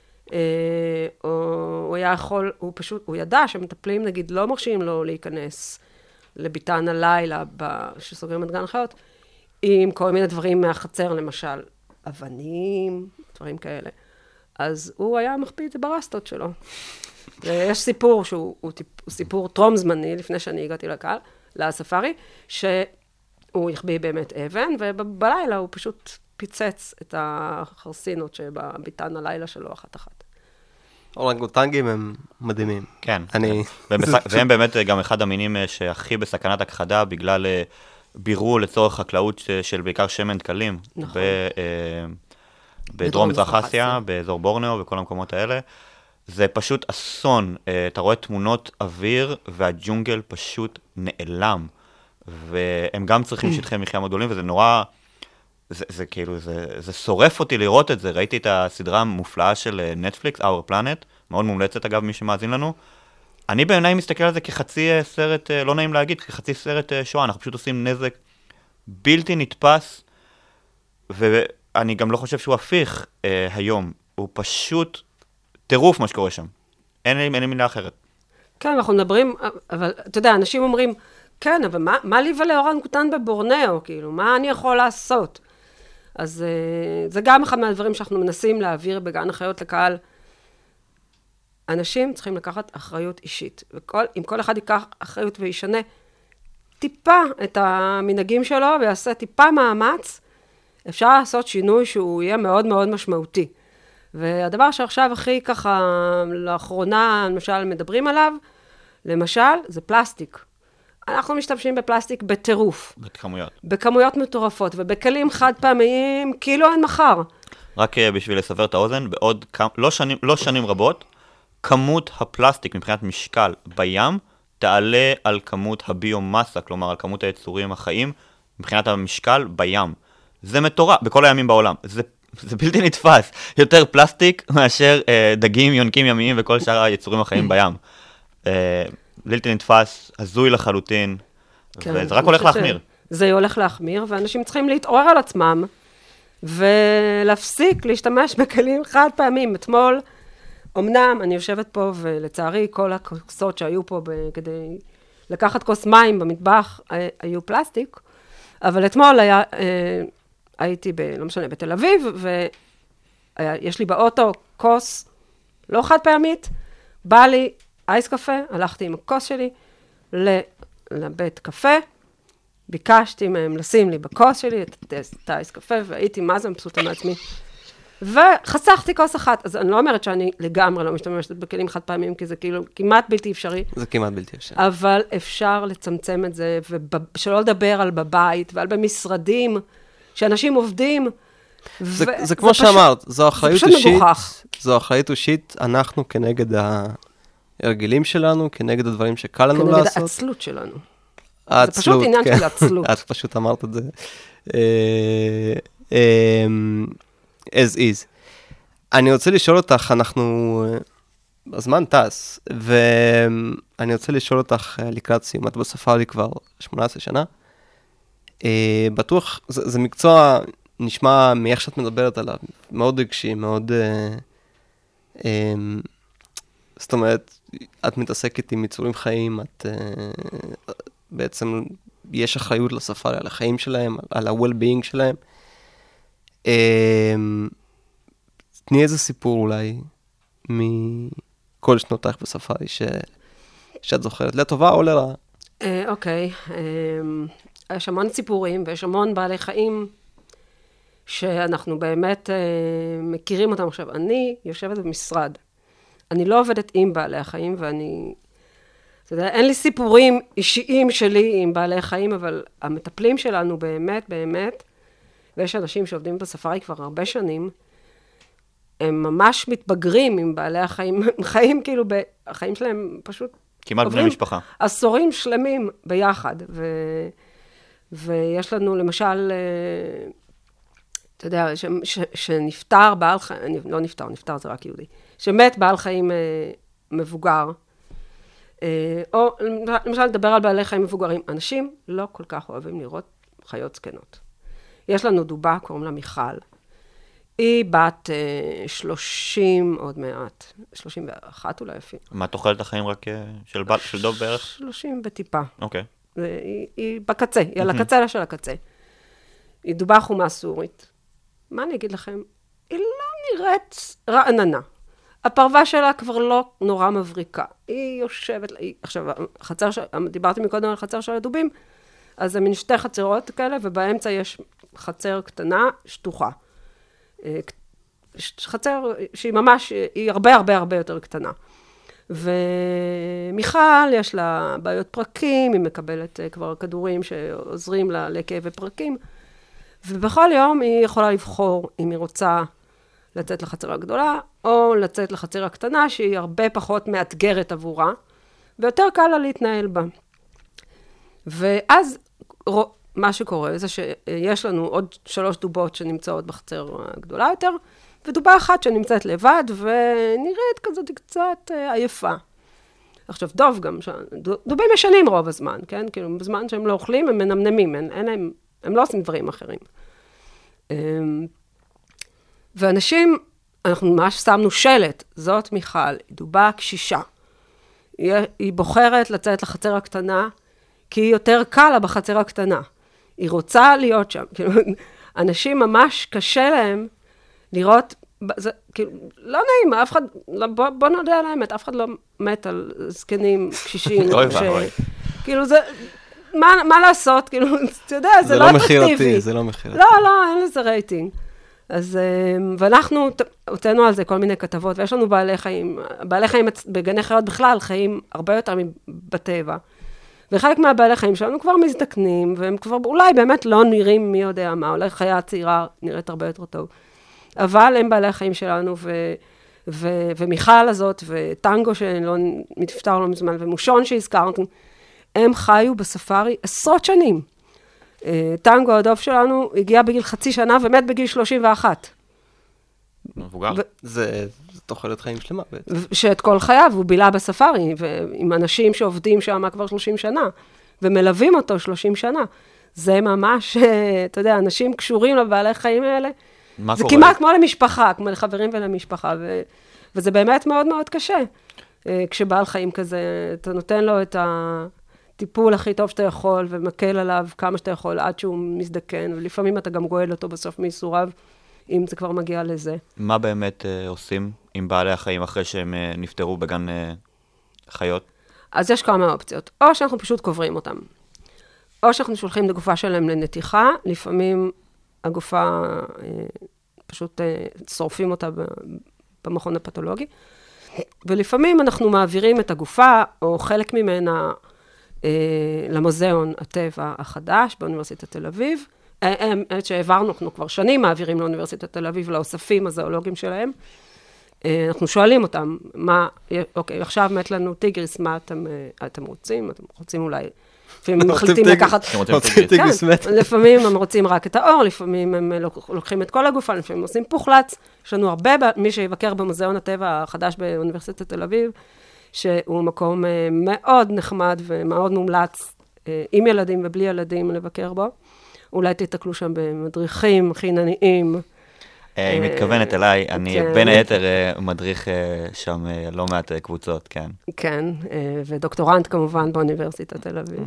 הוא היה יכול, הוא ידע שמטפלים, נגיד, לא מרשים לו להיכנס לביתן הלילה, שסוגרים את גן חיות, עם כל מיני דברים מהחצר, למשל, אבנים, דברים כאלה. אז הוא היה מכפיל את זה ברסטות שלו. יש סיפור שהוא סיפור טרום זמני, לפני שאני הגעתי לספארי, שהוא יחביא באמת אבן, ובלילה הוא פשוט פיצץ את החרסינות שבביתן הלילה שלו אחת. אורנגוטנגים הם מדהימים. כן, והם באמת גם אחד המינים שהכי בסכנת הכחדה, בגלל בירו לצורך חקלאות של בעיקר שמן דקלים. נכון. בדרום מזרח אסיה, באזור בורנאו וכל המקומות האלה. זה פשוט אסון. אתה רואה תמונות אוויר והג'ונגל פשוט נעלם. והם גם צריכים שטחי מחיה מאוד גדולים, וזה נורא, זה כאילו, זה שורף אותי לראות את זה. ראיתי את הסדרה המופלאה של נטפליקס, Our Planet, מאוד מומלצת אגב, מי שמאזין לנו. אני בעיניי מסתכל על זה כחצי סרט, לא נעים להגיד, כחצי סרט שואה. אנחנו פשוט עושים נזק בלתי נתפס, אני גם לא חושב שהוא הפיך היום. הוא פשוט טירוף מה שקורה שם. אין לי מילה אחרת. כן, אנחנו מדברים, אבל אתה יודע, אנשים אומרים, כן, אבל מה לי ולאורנגוטן בבורנאו? כאילו, מה אני יכול לעשות? אז זה גם אחד מהדברים שאנחנו מנסים להעביר בגן החיות לקהל. אנשים צריכים לקחת אחריות אישית. אם כל אחד ייקח אחריות וישנה טיפה את המנהגים שלו ויעשה טיפה מאמץ, אפשר לעשות שינוי שהוא יהיה מאוד מאוד משמעותי. והדבר שעכשיו הכי ככה לאחרונה למשל מדברים עליו, למשל זה פלסטיק. אנחנו משתמשים בפלסטיק בטירוף. בכמויות. בכמויות מטורפות ובכלים חד פעמיים כאילו אין מחר. רק בשביל לסבר את האוזן, בעוד לא שנים רבות, כמות הפלסטיק מבחינת משקל בים תעלה על כמות הביומסה, כלומר על כמות היצורים החיים מבחינת המשקל בים. זה מטורף, בכל הימים בעולם. זה בלתי נתפס. יותר פלסטיק מאשר דגים, יונקים ימיים וכל שאר היצורים החיים בים. בלתי נתפס, הזוי לחלוטין, וזה רק הולך להחמיר. זה הולך להחמיר, ואנשים צריכים להתעורר על עצמם, ולהפסיק להשתמש בכלים חד פעמים. אתמול, אמנם אני יושבת פה, ולצערי כל הכוסות שהיו פה כדי לקחת כוס מים במטבח, היו פלסטיק, אבל אתמול הייתי, לא משנה, בתל אביב, ויש לי באוטו כוס לא חד פעמית, בא לי אייס קפה, הלכתי עם הכוס שלי לבית קפה, ביקשתי מהם לשים לי בכוס שלי את האייס קפה, והייתי מה זה מבסוטה מעצמי, וחסכתי כוס אחת. אז אני לא אומרת שאני לגמרי לא משתמשת בכלים חד פעמים, כי זה כאילו כמעט בלתי אפשרי. זה כמעט בלתי אפשרי. אבל אפשר לצמצם את זה, ושלא לדבר על בבית, ועל במשרדים, שאנשים עובדים. זה כמו שאמרת, זו אחריות אישית. זו אחריות אישית, אנחנו כנגד ההרגלים שלנו, כנגד הדברים שקל לנו לעשות. כנגד העצלות שלנו. זה פשוט עניין של עצלות. את פשוט אמרת את זה. as is. אני רוצה לשאול אותך, הזמן טס, ואני רוצה לשאול אותך לקראת סיום, את בספארי כבר 18 שנה. בטוח, זה מקצוע נשמע מאיך שאת מדברת עליו, מאוד רגשי, מאוד, זאת אומרת, את מתעסקת עם יצורים חיים, את בעצם יש אחריות לספארי על החיים שלהם, על ה-well-being שלהם. תני איזה סיפור אולי מכל שנותייך בספארי שאת זוכרת, לטובה או לרעה? אוקיי, יש המון סיפורים ויש המון בעלי חיים שאנחנו באמת מכירים אותם עכשיו. אני יושבת במשרד, אני לא עובדת עם בעלי החיים ואני, אתה יודע, אין לי סיפורים אישיים שלי עם בעלי חיים, אבל המטפלים שלנו באמת, באמת, ויש אנשים שעובדים בספארי כבר הרבה שנים, הם ממש מתבגרים עם בעלי החיים, הם חיים כאילו, החיים שלהם פשוט כמעט בני משפחה. עשורים שלמים ביחד, ויש לנו למשל, אתה יודע, שנפטר בעל חיים, לא נפטר, נפטר זה רק יהודי, שמת בעל חיים מבוגר, או למשל לדבר על בעלי חיים מבוגרים, אנשים לא כל כך אוהבים לראות חיות זקנות. יש לנו דובה, קוראים לה מיכל, היא בת 30 עוד מעט, 31 אולי אפילו. מה תוחלת החיים רק של דוב בערך? 30 בטיפה. אוקיי. היא בקצה, היא על הקצה של הקצה. היא דובה חומה סורית. מה אני אגיד לכם? היא לא נראית רעננה. הפרווה שלה כבר לא נורא מבריקה. היא יושבת, עכשיו, דיברתי מקודם על חצר של הדובים, אז זה מין שתי חצרות כאלה, ובאמצע יש חצר קטנה, שטוחה. חצר שהיא ממש, היא הרבה הרבה הרבה יותר קטנה. ומיכל יש לה בעיות פרקים, היא מקבלת כבר כדורים שעוזרים לה לכאבי פרקים, ובכל יום היא יכולה לבחור אם היא רוצה לצאת לחצר הגדולה, או לצאת לחצר הקטנה, שהיא הרבה פחות מאתגרת עבורה, ויותר קל לה להתנהל בה. ואז מה שקורה זה שיש לנו עוד 3 דובות שנמצאות בחצר הגדולה יותר, ודובה אחת שנמצאת לבד, ונראית כזאת קצת עייפה. עכשיו, דוב גם, דובים ישנים רוב הזמן, כן? כאילו, בזמן שהם לא אוכלים, הם מנמנמים, הם לא עושים דברים אחרים. ואנשים, אנחנו ממש שמנו שלט, זאת מיכל, היא דובה קשישה. היא בוחרת לצאת לחצר הקטנה, כי היא יותר קל לה בחצר הקטנה. היא רוצה להיות שם. כאילו, אנשים ממש קשה להם לראות, זה, כאילו, לא נעים, אף אחד, בוא נודה על האמת, אף אחד לא מת על זקנים, קשישים. כאילו זה, מה לעשות? כאילו, אתה יודע, זה לא אטרקטיבי. זה לא מכירתי. לא, אין לזה רייטינג. אז, ואנחנו הוצאנו על זה כל מיני כתבות, ויש לנו בעלי חיים בגני חיות בכלל, חיים הרבה יותר בטבע. וחלק מהבעלי חיים שלנו כבר מזדקנים, והם כבר אולי באמת לא נראים מי יודע מה, אולי חיה צעירה נראית הרבה יותר טוב. אבל הם בעלי החיים שלנו, ומיכל הזאת, וטנגו שלא נפטר לא מזמן, ומושון שהזכרנו, הם חיו בספארי עשרות שנים. טנגו הדוב שלנו הגיע בגיל 0.5 שנה, ומת בגיל 31. מבוגר. זה תוחלת חיים שלמה בעצם. שאת כל חייו הוא בילה בספארי, ועם אנשים שעובדים שם כבר 30 שנה, ומלווים אותו 30 שנה. זה ממש, אתה יודע, אנשים קשורים לבעלי חיים האלה. זה כמעט כמו למשפחה, כמו לחברים ולמשפחה, וזה באמת מאוד מאוד קשה. כשבעל חיים כזה, אתה נותן לו את הטיפול הכי טוב שאתה יכול, ומקל עליו כמה שאתה יכול, עד שהוא מזדקן, ולפעמים אתה גם גואל אותו בסוף מייסוריו, אם זה כבר מגיע לזה. מה באמת עושים עם בעלי החיים אחרי שהם נפטרו בגן חיות? אז יש כמה אופציות. או שאנחנו פשוט קוברים אותם. או שאנחנו שולחים את הגופה שלהם לנתיחה, לפעמים הגופה פשוט שורפים אותה במכון הפתולוגי, ולפעמים אנחנו מעבירים את הגופה, או חלק ממנה, למוזיאון הטבע החדש באוניברסיטת תל אביב, שהעברנו, אנחנו כבר שנים מעבירים לאוניברסיטת תל אביב, לאוספים הזואולוגיים שלהם. אנחנו שואלים אותם, אוקיי, עכשיו מת לנו טיגריס, מה אתם רוצים? אתם רוצים אולי, לפעמים מחליטים לקחת, לפעמים הם רוצים רק את האור, לפעמים הם לוקחים את כל הגופה, לפעמים עושים פוחלץ. יש לנו הרבה, מי שיבקר במוזיאון הטבע החדש באוניברסיטת תל אביב, שהוא מקום מאוד נחמד ומאוד מומלץ, עם ילדים ובלי ילדים לבקר בו. אולי תתקלו שם במדריכים חינניים. היא מתכוונת אליי, אני בין היתר מדריך שם לא מעט קבוצות, כן. כן, ודוקטורנט כמובן באוניברסיטת תל אביב.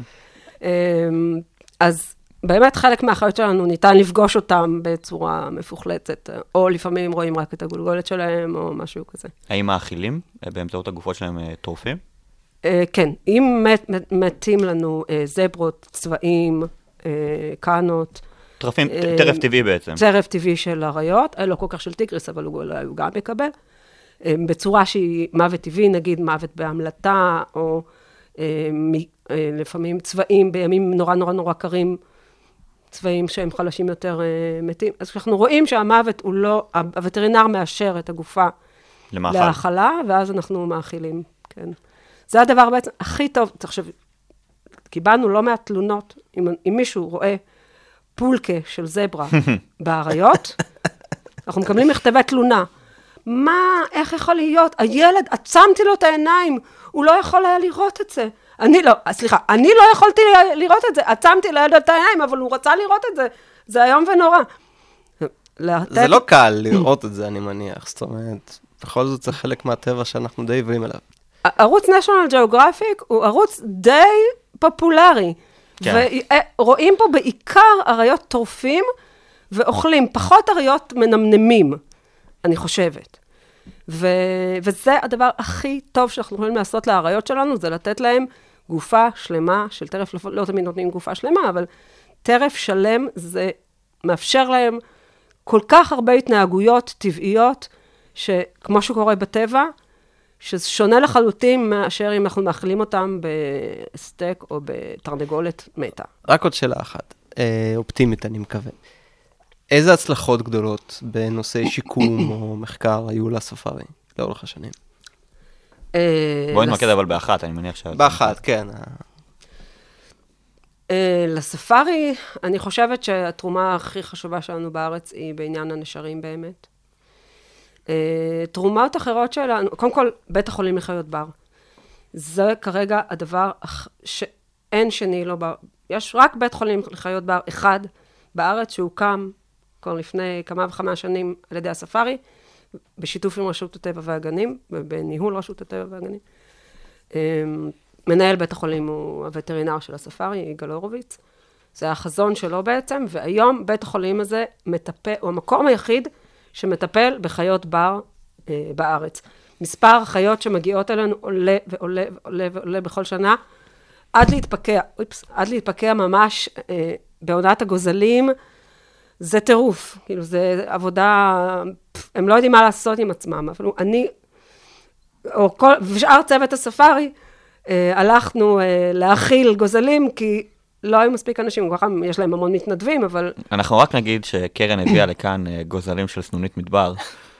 אז באמת חלק מהחיות שלנו ניתן לפגוש אותם בצורה מפוחלצת, או לפעמים רואים רק את הגולגולת שלהם, או משהו כזה. האם מאכילים באמצעות הגופות שלהם טורפים? כן, אם מתים לנו זברות, צבעים, קאנות. טרף טבעי בעצם. טרף טבעי של הריות, לא כל כך של טיגריס, אבל הוא גם מקבל. בצורה שהיא מוות טבעי, נגיד מוות בהמלטה, או לפעמים צבעים בימים נורא נורא נורא קרים, צבעים שהם חלשים יותר מתים. אז כשאנחנו רואים שהמוות הוא לא, הווטרינר מאשר את הגופה להאכלה, ואז אנחנו מאכילים, כן. זה הדבר בעצם הכי טוב, תחשב, קיבלנו לא מעט תלונות, אם מישהו רואה פולקה של זברה באריות, אנחנו מקבלים מכתבי תלונה. איך יכול להיות? הילד, עצמתי לו את העיניים, הוא לא יכול היה לראות את זה. אני לא יכולתי לראות את זה, עצמתי לילד את העיניים, אבל הוא רצה לראות את זה. זה היום ונורא. זה לא קל לראות את זה, אני מניח. זאת אומרת, בכל זאת זה חלק מהטבע שאנחנו די עיוורים אליו. ערוץ National Geographic הוא ערוץ די פופולרי. ורואים פה בעיקר אריות טורפים ואוכלים, פחות אריות מנמנמים, אני חושבת. וזה הדבר הכי טוב שאנחנו יכולים לעשות לאריות שלנו, זה לתת להם גופה שלמה של טרף, לא תמיד נותנים גופה שלמה, אבל טרף שלם זה מאפשר להם כל כך הרבה התנהגויות טבעיות, שכמו שקורה בטבע, שזה שונה לחלוטין מאשר אם אנחנו מאכילים אותם בסטייק או בתרנגולת מתה. רק עוד שאלה אחת, אופטימית אני מקווה. איזה הצלחות גדולות בנושא שיקום או מחקר היו לספארי לאורך השנים? בואי נתמקד אבל באחת, אני מניח באחת, כן. לספארי, אני חושבת שהתרומה הכי חשובה שלנו בארץ היא בעניין הנשרים באמת. תרומות אחרות שלנו, קודם כל, בית החולים לחיות בר. זה כרגע הדבר שאין שני לו, יש רק בית חולים לחיות בר אחד בארץ שהוקם כבר לפני כמה וכמה שנים על ידי הספארי, בשיתוף עם רשות הטבע והגנים, ובניהול רשות הטבע והגנים. מנהל בית החולים הוא הווטרינר של הספארי, יגאל הורוביץ. זה החזון שלו בעצם, והיום בית החולים הזה מטפל, הוא המקום היחיד שמטפל בחיות בר בארץ. מספר החיות שמגיעות אלינו עולה ועולה ועולה ועולה בכל שנה, עד להתפקע ממש בעונת הגוזלים, זה טירוף, כאילו זה עבודה, הם לא יודעים מה לעשות עם עצמם, אפילו אני, ושאר צוות הספארי, הלכנו להאכיל גוזלים, כי לא היו מספיק אנשים, ככה יש להם המון מתנדבים, אבל... אנחנו רק נגיד שקרן הביאה לכאן גוזלים של סנונית מדבר,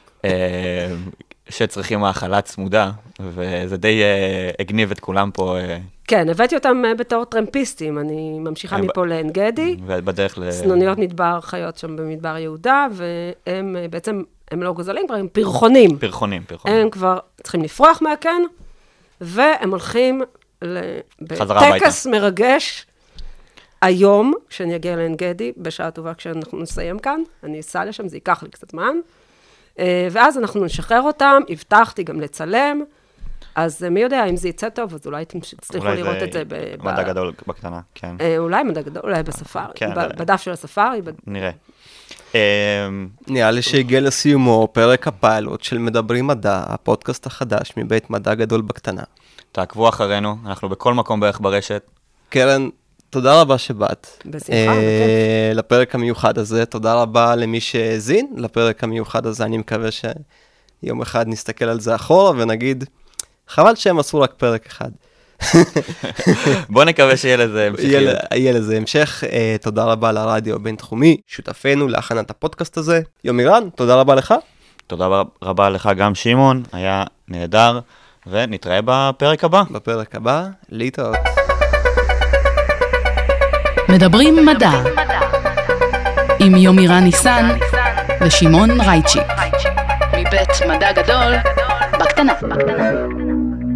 שצריכים האכלה צמודה, וזה די הגניב את כולם פה. כן, הבאתי אותם בתור טרמפיסטים, אני ממשיכה מפה לעין גדי, ובדרך סנוניות מדבר חיות שם במדבר יהודה, והם בעצם, הם לא גוזלים, הם פרחונים. פרחונים. הם כבר צריכים לפרוח מהקן, והם הולכים בטקס מרגש, היום, כשאני אגיע לעין גדי, בשעה טובה כשאנחנו נסיים כאן, אני אסע לשם, זה ייקח לי קצת זמן, ואז אנחנו נשחרר אותם, הבטחתי גם לצלם, אז מי יודע, אם זה יצא טוב, אז אולי תצליחו לראות את זה מדע גדול בקטנה, כן. אולי מדע גדול, אולי בספארי, בדף של הספארי. נראה. נראה לי שהגיע לסיומו פרק הפיילוט של מדברים מדע, הפודקאסט החדש מבית מדע גדול בקטנה. תעקבו אחרינו, אנחנו בכל מקום בערך ברשת. קרן, תודה רבה שבאת. בשמחה, לפרק המיוחד הזה, תודה רבה למי שהזין לפרק המיוחד הזה, אני מקווה שיום אחד נסתכל על זה אחורה ונגיד, חבל שהם עשו רק פרק אחד. בוא נקווה שיהיה לזה המשך. יהיה לזה המשך. תודה רבה לרדיו הבינתחומי, שותפנו להכנת הפודקאסט הזה. יומירן, תודה רבה לך. תודה רבה לך גם שמעון, היה נהדר, ונתראה בפרק הבא. בפרק הבא, להתראות. מדברים מדע עם יומירן ניסן ושמעון רייצ'י מבית מדע גדול בקטנה.